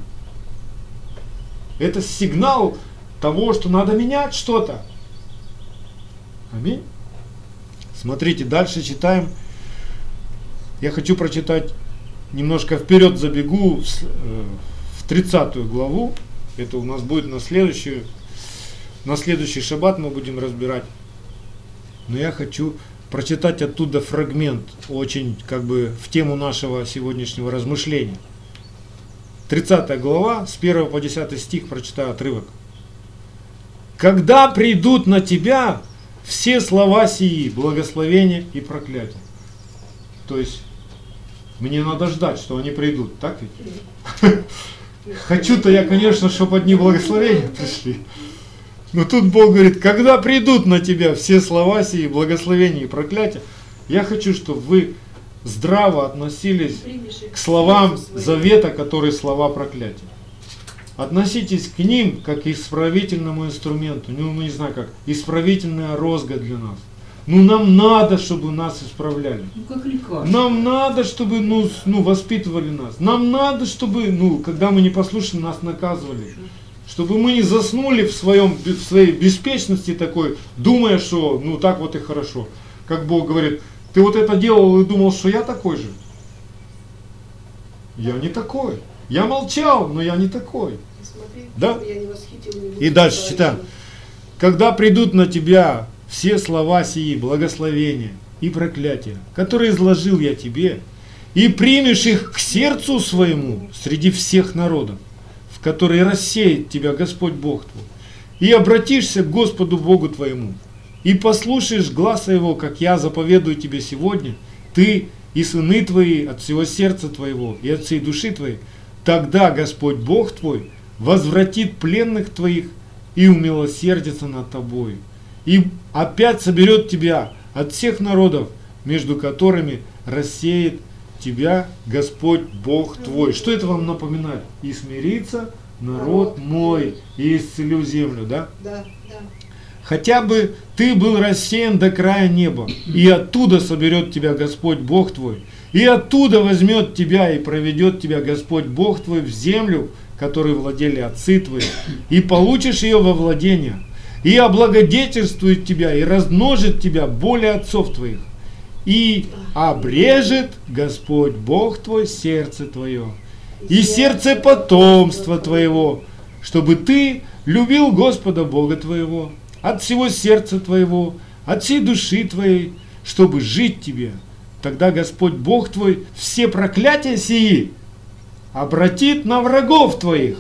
Это сигнал того, что надо менять что-то. Аминь. Смотрите, дальше читаем. Я хочу прочитать, немножко вперед забегу в тридцатую главу. Это у нас будет на следующий, на следующий шаббат мы будем разбирать. Но я хочу прочитать оттуда фрагмент, очень как бы в тему нашего сегодняшнего размышления. тридцатая глава, с первого по десятый стих прочитаю отрывок. «Когда придут на тебя все слова сии, благословения и проклятия». То есть, мне надо ждать, что они придут, так ведь? Хочу-то я, конечно, чтобы одни благословения пришли. Но тут Бог говорит, когда придут на тебя все слова сии, благословения и проклятия, я хочу, чтобы вы здраво относились к словам завета, которые слова проклятия. Относитесь к ним как к исправительному инструменту. Ну, не знаю как, исправительная розга для нас. Ну, нам надо, чтобы нас исправляли. Ну, как лекарство. Нам надо, чтобы ну, с- ну, воспитывали нас. Нам надо, чтобы, ну, когда мы не послушны, нас наказывали. Чтобы мы не заснули в, своем, в своей беспечности такой, думая, что ну так вот и хорошо. Как Бог говорит, ты вот это делал и думал, что я такой же. Я не такой. Я молчал, но я не такой. Смотри, Да? чтобы я не восхитил, не буду И дальше говорить. читаем. Когда придут на тебя все слова сии, благословения и проклятия, которые изложил я тебе, и примешь их к сердцу своему среди всех народов, в которые рассеет тебя Господь Бог твой, и обратишься к Господу Богу твоему, и послушаешь гласа Его, как я заповедую тебе сегодня, ты и сыны твои от всего сердца твоего и от всей души твоей, тогда Господь Бог твой возвратит пленных твоих и умилосердится над тобой, и опять соберет тебя от всех народов, между которыми рассеет тебя Господь Бог твой. Что это вам напоминает? И смирится народ мой, и исцелю землю, да? Да, да. Хотя бы ты был рассеян до края неба, и оттуда соберет тебя Господь Бог твой, и оттуда возьмет тебя и проведет тебя Господь Бог твой в землю, которой владели отцы твои, и получишь ее во владение, и облагодетельствует тебя, и размножит тебя более отцов твоих, и обрежет Господь Бог твой сердце твое, и сердце потомства твоего, чтобы ты любил Господа Бога твоего от всего сердца твоего, от всей души твоей, чтобы жить тебе. Тогда Господь Бог твой все проклятия сии обратит на врагов твоих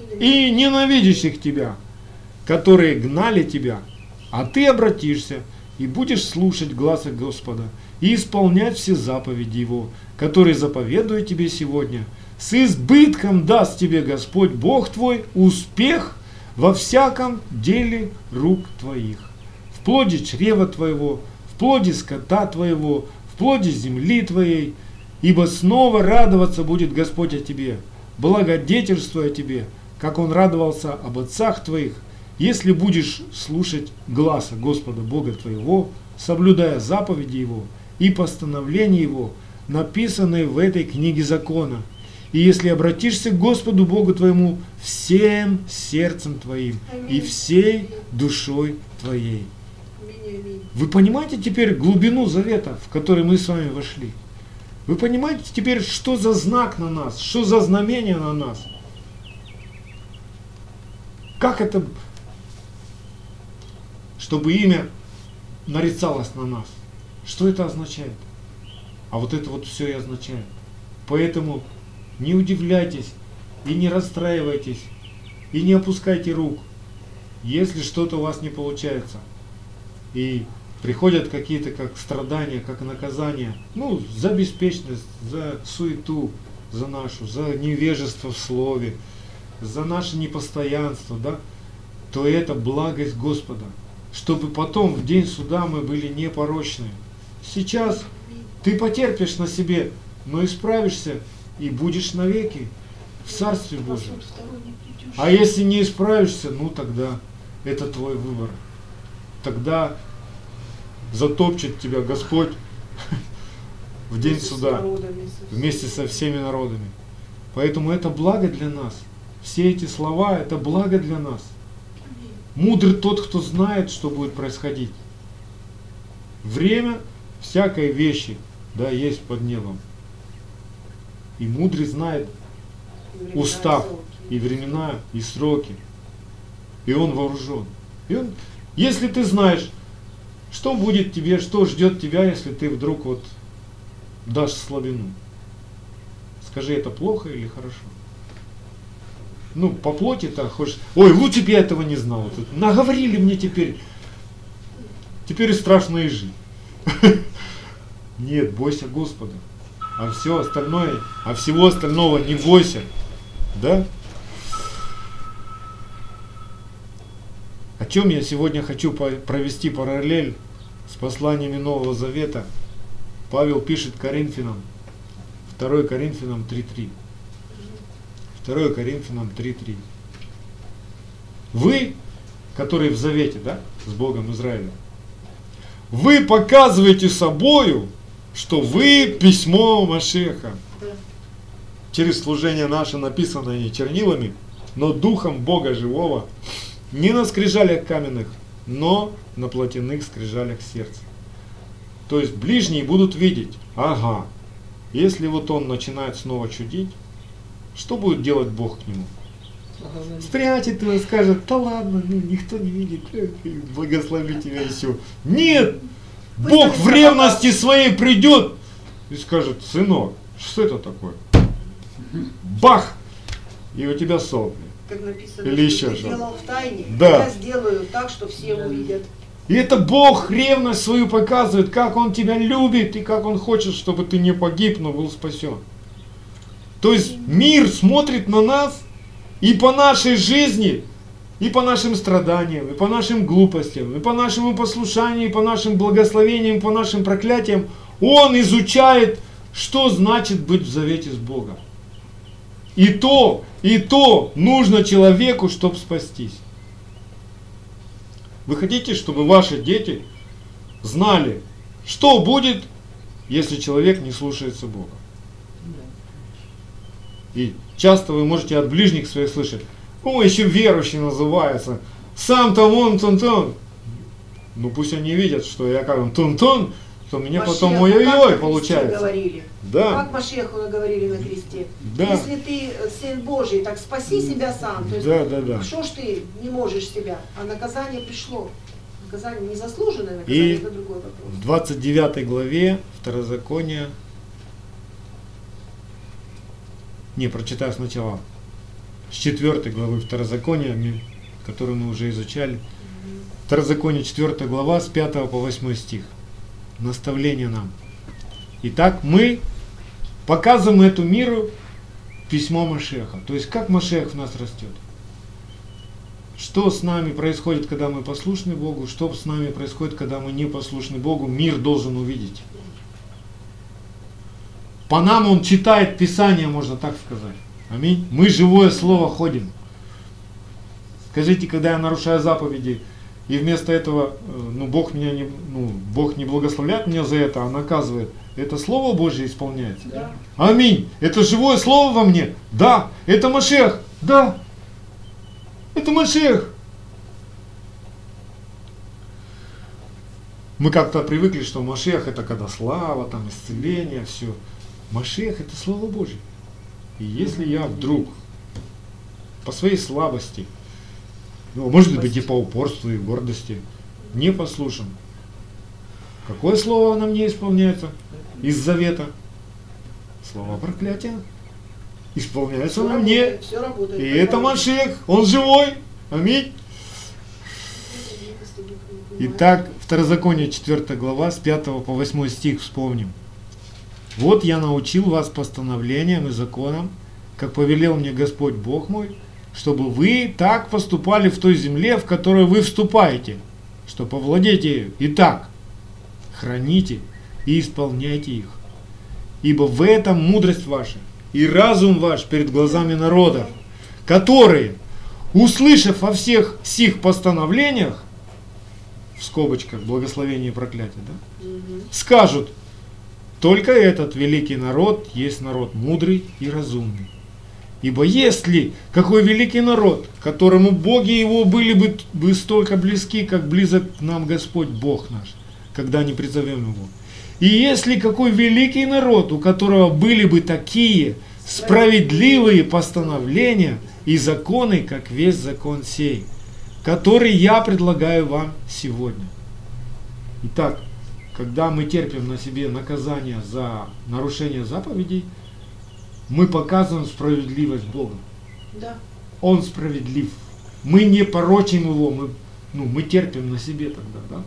и ненавидящих тебя, которые гнали тебя, а ты обратишься и будешь слушать гласа Господа и исполнять все заповеди Его, которые заповедую тебе сегодня. С избытком даст тебе Господь Бог твой успех во всяком деле рук твоих, в плоде чрева твоего, в плоде скота твоего, в плоде земли твоей, ибо снова радоваться будет Господь о тебе, благодетельствуя тебе, как Он радовался об отцах твоих, если будешь слушать гласа Господа Бога твоего, соблюдая заповеди Его и постановления Его, написанные в этой книге закона, и если обратишься к Господу Богу твоему всем сердцем твоим и всей душой твоей. Аминь, аминь. Вы понимаете теперь глубину завета, в который мы с вами вошли? Вы понимаете теперь, что за знак на нас, что за знамение на нас? Как это, чтобы имя нарицалось на нас? Что это означает? А вот это вот все и означает. Поэтому не удивляйтесь и не расстраивайтесь, и не опускайте рук, если что-то у вас не получается. И приходят какие-то как страдания, как наказания, ну, за беспечность, за суету, за нашу, за невежество в слове, за наше непостоянство, да, то это благость Господа, чтобы потом в день суда мы были непорочны. Сейчас ты потерпишь на себе, но исправишься и будешь навеки в Царстве Божьем. А если не исправишься, ну тогда это твой выбор. Тогда затопчет тебя Господь в день суда вместе со всеми народами. Поэтому это благо для нас. Все эти слова – это благо для нас. Мудрый тот, кто знает, что будет происходить. Время всякой вещи, да, есть под небом. И мудрый знает устав, и времена, и сроки. И он вооружен. И он, если ты знаешь, что будет тебе, что ждет тебя, если ты вдруг вот дашь слабину. Скажи, это плохо или хорошо? Ну, по плоти-то хочешь, ой, лучше бы я этого не знал. Вот это, наговорили мне теперь, теперь и страшно и жить. Нет, бойся Господа. А все остальное, а всего остального не бойся. Да? О чем я сегодня хочу провести параллель с посланиями Нового Завета. Павел пишет Коринфянам, второе Коринфянам три три. второе Коринфянам три три. Вы, которые в завете, да, с Богом Израиля, вы показываете собою, что вы письмо Машеха. Через служение наше, написанное не чернилами, но духом Бога живого, не на скрижалях каменных, но на плотяных скрижалях сердца. То есть ближние будут видеть, ага, если вот он начинает снова чудить, что будет делать Бог к нему? Спрячет его и скажет, да ладно, ну, никто не видит, благословлю тебя еще. Нет! Бог в ревности своей придет и скажет, сынок, что это такое? Бах! И у тебя сопли. Как написано, или еще ты что-то. делал в тайне, Да. я сделаю так, что все увидят. И это Бог ревность свою показывает, как Он тебя любит и как Он хочет, чтобы ты не погиб, но был спасен. То есть мир смотрит на нас и по нашей жизни, и по нашим страданиям, и по нашим глупостям, и по нашему послушанию, и по нашим благословениям, и по нашим проклятиям. Он изучает, что значит быть в завете с Богом. И то, и то нужно человеку, чтобы спастись. Вы хотите, чтобы ваши дети знали, что будет, если человек не слушается Бога? И часто вы можете от ближних своих слышать, о, еще верующий называется, сам-то он тон-тон. Ну пусть они видят, что я как он тон-тон, то мне Машеху, потом как ой-ой-ой на получается. Говорили. Да. Как Машеху наговорили на кресте. Да. Если ты сын Божий, так спаси себя сам. То есть, Да, да, да. что ж ты не можешь себя? А наказание пришло. Наказание незаслуженное, наказание, И это другой вопрос. в двадцать девятой главе Второзакония, не, прочитаю сначала, с четвёртой главы Второзакония, которую мы уже изучали. Второзаконие четвёртая глава, с пятого по восьмой стих. Наставление нам. Итак, мы показываем эту миру письмо Машеха. То есть, как Машех в нас растет. Что с нами происходит, когда мы послушны Богу, что с нами происходит, когда мы не послушны Богу, мир должен увидеть. По нам он читает Писание, можно так сказать. Аминь. Мы живое слово ходим. Скажите, когда я нарушаю заповеди, и вместо этого, ну, Бог меня не, ну, Бог не благословляет меня за это, а наказывает. Это Слово Божье исполняется? Да. Аминь. Это живое Слово во мне? Да. Это Машех? Да. Это Машех. Мы как-то привыкли, что Машех это когда слава, там исцеление, все. Машиах — это Слово Божье. И если я вдруг по своей слабости, ну, может быть и по упорству и гордости, не послушан, какое слово на мне исполняется из завета? Слова проклятия исполняются Все на мне. работает, все работает. И это Машиах, он живой. Аминь. Итак, Второзаконие четвёртая глава, с пятого по восьмой стих вспомним. «Вот я научил вас постановлениям и законам, как повелел мне Господь Бог мой, чтобы вы так поступали в той земле, в которую вы вступаете, что повладейте ею. Итак, храните и исполняйте их, ибо в этом мудрость ваша и разум ваш перед глазами народов, которые, услышав о всех сих постановлениях, в скобочках благословение и проклятие, да, скажут: только этот великий народ есть народ мудрый и разумный. Ибо если какой великий народ, которому боги его были бы, бы столько близки, как близок к нам Господь Бог наш, когда не призовем его. И если какой великий народ, у которого были бы такие справедливые постановления и законы, как весь закон сей, который я предлагаю вам сегодня. Итак, когда мы терпим на себе наказание за нарушение заповедей, мы показываем справедливость Бога. Да. Он справедлив. Мы не порочим его, мы, ну, мы терпим на себе тогда, да?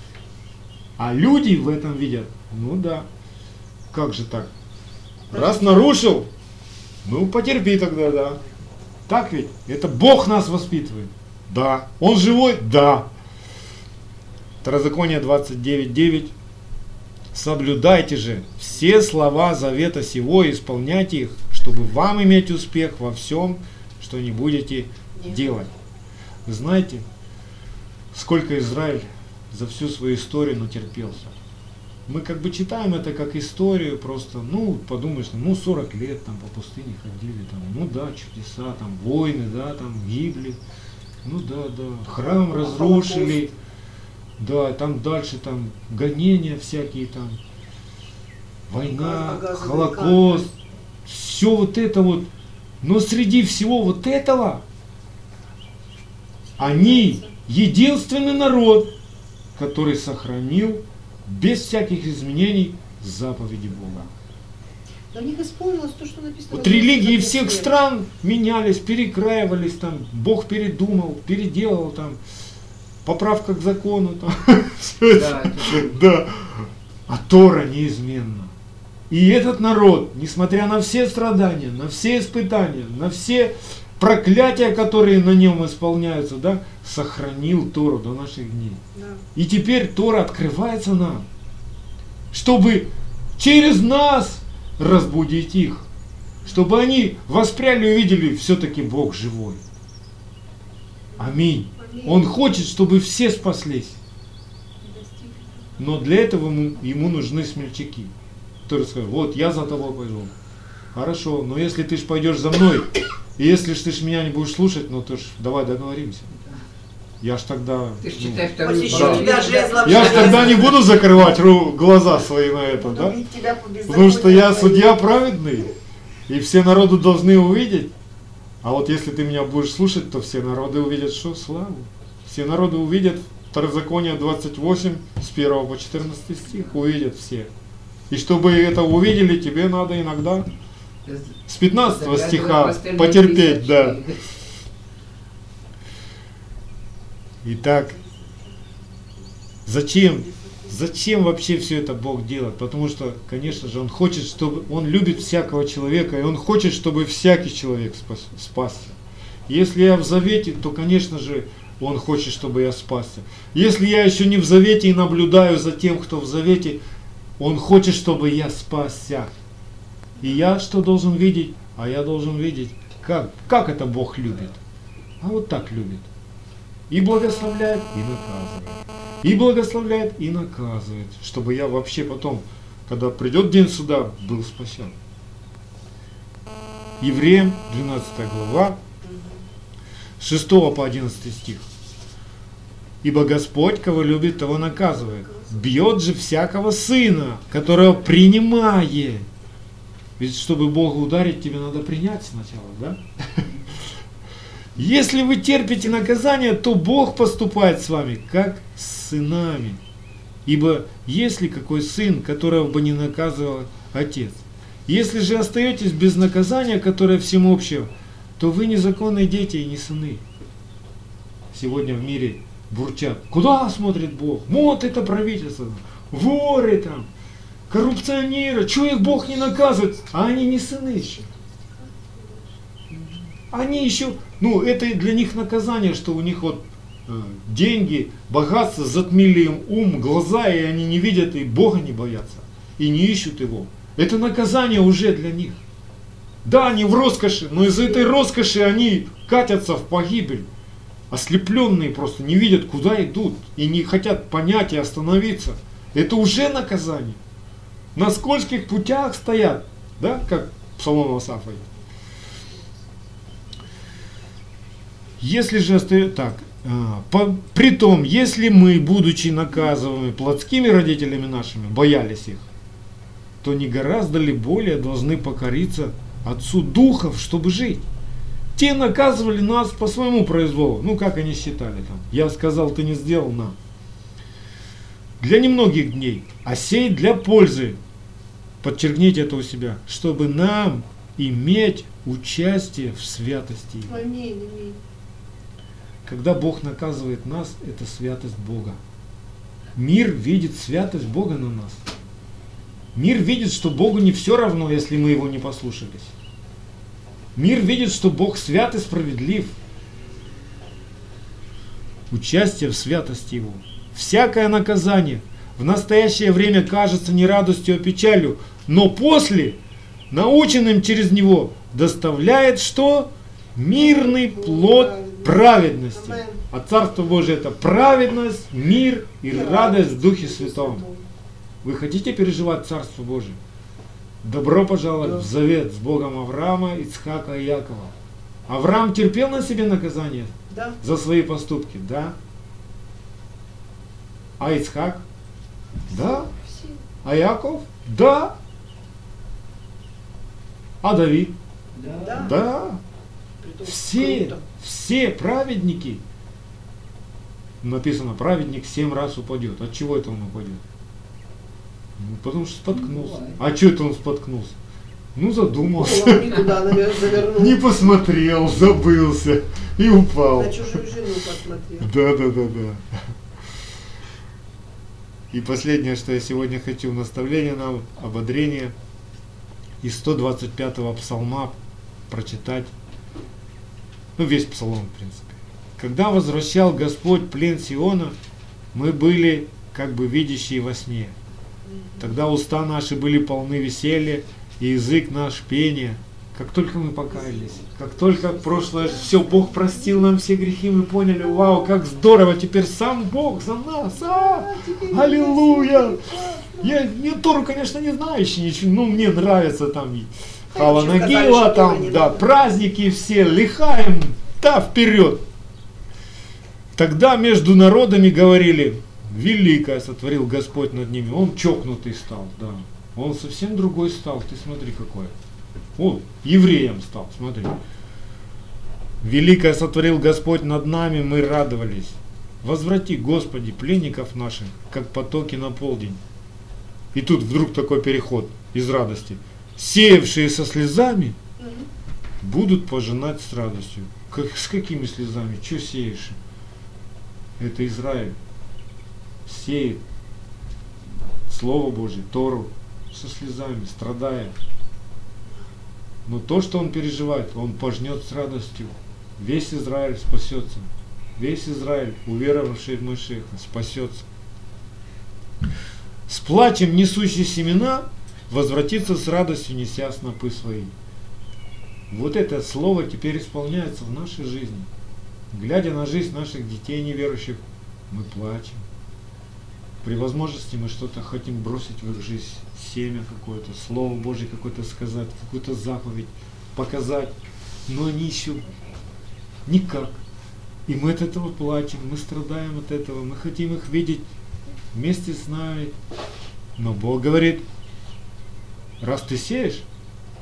А люди в этом видят: ну да, как же так? Раз нарушил, ну потерпи тогда, да. Так ведь? Это Бог нас воспитывает. Да. Он живой? Да. Второзаконие двадцать девять девять. Соблюдайте же все слова завета сего и исполняйте их, чтобы вам иметь успех во всем, что не будете делать. Вы знаете, сколько Израиль за всю свою историю натерпелся. Мы как бы читаем это как историю, просто, ну, подумаешь, ну, сорок лет там по пустыне ходили, там, ну да, чудеса, там, войны, да, там, гибли, ну да, да, храм разрушили. Да, там дальше там гонения всякие, там война, Холокост, все вот это вот. Но среди всего вот этого они единственный народ, который сохранил без всяких изменений заповеди Бога. Но в них исполнилось то, что написано. Вот религии всех стран менялись, перекраивались, там Бог передумал, переделал там. Поправка к закону, там, Да, да. А Тора неизменна. И этот народ, несмотря на все страдания, на все испытания, на все проклятия, которые на нем исполняются, да, сохранил Тору до наших дней. Да. И теперь Тора открывается нам, чтобы через нас разбудить их, чтобы они воспряли и увидели, все-таки Бог живой. Аминь. Он хочет, чтобы все спаслись. Но для этого ему, ему нужны смельчаки, которые скажут: вот я за тобой пойду. Хорошо, но если ты ж пойдешь за мной, и если ж ты ж меня не будешь слушать, ну то ж давай договоримся. Я ж тогда... Ты ж ну, читай вторую Посещу Да. тебя жезлом. я ж тогда не буду закрывать ру, глаза свои на это, Буду да? бить тебя по Потому что беззаконию я твоему. судья праведный, и все народы должны увидеть. А вот если ты меня будешь слушать, то все народы увидят что? Славу. Все народы увидят Второзаконие двадцать восемь, с первого по четырнадцатый стих, увидят все. И чтобы это увидели, тебе надо иногда с пятнадцатого стиха потерпеть, да. Итак, зачем? Зачем вообще все это Бог делает? Потому что, конечно же, Он хочет, чтобы Он любит всякого человека, и Он хочет, чтобы всякий человек спас, спасся. Если я в завете, то, конечно же, Он хочет, чтобы я спасся. Если я еще не в завете и наблюдаю за тем, кто в завете, Он хочет, чтобы я спасся. И я что должен видеть? А я должен видеть, как, как это Бог любит. А вот так любит. И благословляет, и наказывает. И благословляет, и наказывает. Чтобы я вообще потом, когда придет день суда, был спасен. Евреям, двенадцатая глава, с шестого по одиннадцатый стих. Ибо Господь, кого любит, того наказывает. Бьет же всякого сына, которого принимает. Ведь чтобы Бога ударить, тебе надо принять сначала, да? Если вы терпите наказание, то Бог поступает с вами, как с сынами. Ибо есть ли какой сын, которого бы не наказывал отец? Если же остаетесь без наказания, которое всеобщее, то вы незаконные дети и не сыны. Сегодня в мире бурчат. Куда смотрит Бог? Вот это правительство. Воры там. Коррупционеры. Чего их Бог не наказывает? А они не сыны еще. Они еще, ну это для них наказание, что у них вот э, деньги, богатство затмили им ум, глаза, и они не видят, и Бога не боятся, и не ищут Его. Это наказание уже для них. Да, они в роскоши, но из этой роскоши они катятся в погибель. Ослепленные просто не видят, куда идут, и не хотят понять и остановиться. Это уже наказание. На скользких путях стоят, да, как Псалом Асафа. Если же остается так, а, по, притом, если мы, будучи наказываемыми плотскими родителями нашими, боялись их, то не гораздо ли более должны покориться Отцу Духов, чтобы жить? Те наказывали нас по своему произволу. Ну, как они считали там. Я сказал, ты не сделал, на. Для немногих дней, а сей для пользы. Подчеркните это у себя. Чтобы нам иметь участие в святости. Аминь, аминь. Когда Бог наказывает нас, это святость Бога. Мир видит святость Бога на нас. Мир видит, что Богу не все равно, если мы Его не послушались. Мир видит, что Бог свят и справедлив. Участие в святости Его. Всякое наказание в настоящее время кажется не радостью, а печалью, но после, наученным через него, доставляет что? Мирный плод праведности. А Царство Божие это праведность, мир и радость в Духе Святом. Вы хотите переживать Царство Божие? Добро пожаловать да. в завет с Богом Авраама, Ицхака и Якова. Авраам терпел на себе наказание да. за свои поступки, да? А Ицхак? Да. А Яков? Да. А Давид? Да. Да. Все, все праведники. Написано, праведник семь раз упадет. От чего это он упадет? Ну, потому что споткнулся. А что это он споткнулся? Ну, задумался. Не туда завернул. Не посмотрел, забылся и упал. На чужую жену посмотрел. Да, да, да, да. И последнее, что я сегодня хочу, наставление нам, ободрение из сто двадцать пятого псалма прочитать. Ну, весь псалом, в принципе. Когда возвращал Господь плен Сиона, мы были как бы видящие во сне. Тогда уста наши были полны веселья, и язык наш пения. Как только мы покаялись, как только прошлое, все, Бог простил нам все грехи, мы поняли, вау, как здорово, теперь сам Бог за нас, а, аллилуйя. Я, я Тору, конечно, не знаю еще ничего, но мне нравится там Хала Нагила, там, да, праздники все, лихаем, да, вперед. Тогда между народами говорили, великое сотворил Господь над ними, он чокнутый стал, да, он совсем другой стал, ты смотри какой. О, евреем стал, смотри. Великое сотворил Господь над нами, мы радовались. Возврати, Господи, пленников наших, как потоки на полдень. И тут вдруг такой переход из радости. Сеявшие со слезами будут пожинать с радостью. Как, с какими слезами? Что сеешь? Это Израиль. Сеет Слово Божие, Тору, со слезами, страдая. Но то, что он переживает, он пожнет с радостью. Весь Израиль спасется. Весь Израиль, уверовавший в Машеха, спасется. С плачем несущий семена возвратится с радостью, неся снопы свои. Вот это слово теперь исполняется в нашей жизни. Глядя на жизнь наших детей неверующих, мы плачем. При возможности мы что-то хотим бросить в их жизнь, семя какое-то, Слово Божье какое-то сказать, какую-то заповедь показать, но они еще никак. И мы от этого плачем, мы страдаем от этого, мы хотим их видеть вместе с нами. Но Бог говорит, раз ты сеешь,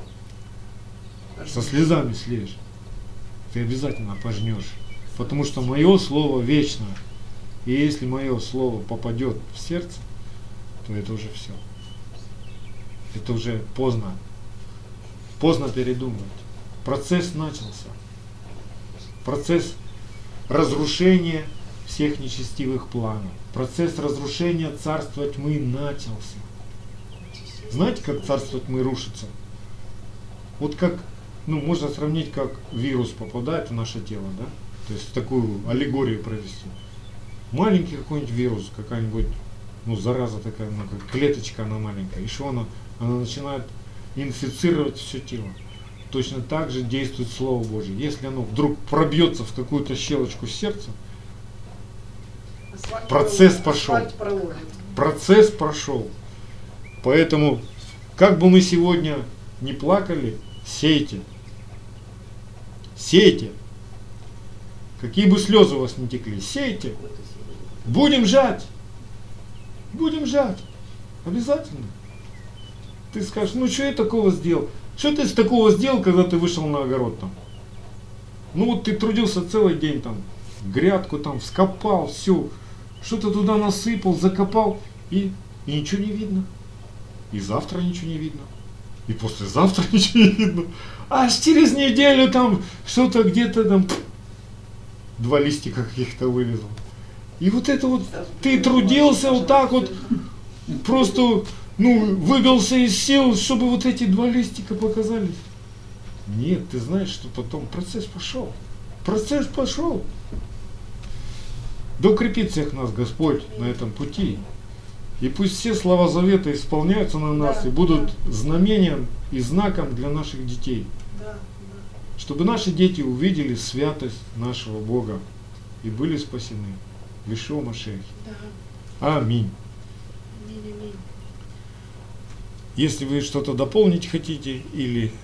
со слезами слезешь, ты обязательно пожнешь. Потому что мое слово вечно. И если мое слово попадет в сердце, то это уже все. Это уже поздно. Поздно передумывать. Процесс начался. Процесс разрушения всех нечестивых планов. Процесс разрушения царства тьмы начался. Знаете, как царство тьмы рушится? Вот как, ну, можно сравнить, как вирус попадает в наше тело, да? То есть такую аллегорию провести. Маленький какой-нибудь вирус, какая-нибудь, ну, зараза такая, ну, как клеточка она маленькая. И что она? Она начинает инфицировать все тело. Точно так же действует Слово Божье. Если оно вдруг пробьется в какую-то щелочку сердца, Асфальт процесс проложен, пошел. асфальт проложен. Процесс прошел. Поэтому, как бы мы сегодня не плакали, сейте. Сейте. Какие бы слезы у вас не текли, сейте. Будем жать. Будем жать. Обязательно. Ты скажешь, ну что я такого сделал? Что ты с такого сделал, когда ты вышел на огород там? Ну вот ты трудился целый день там, грядку там вскопал, все. Что-то туда насыпал, закопал, и, и ничего не видно. И завтра ничего не видно. И послезавтра ничего не видно. Аж через неделю там что-то где-то там два листика каких-то вылезло. И вот это вот ты трудился вот так вот, просто, ну, выбился из сил, чтобы вот эти два листика показались. Нет, ты знаешь, что потом процесс пошел. Процесс пошел. Да укрепит всех нас Господь на этом пути. И пусть все слова завета исполняются на нас, Да, и будут да. знамением и знаком для наших детей. Да, да. Чтобы наши дети увидели святость нашего Бога и были спасены. В Иешуа Машиахе. Да. Аминь. Аминь, аминь. Если вы что-то дополнить хотите или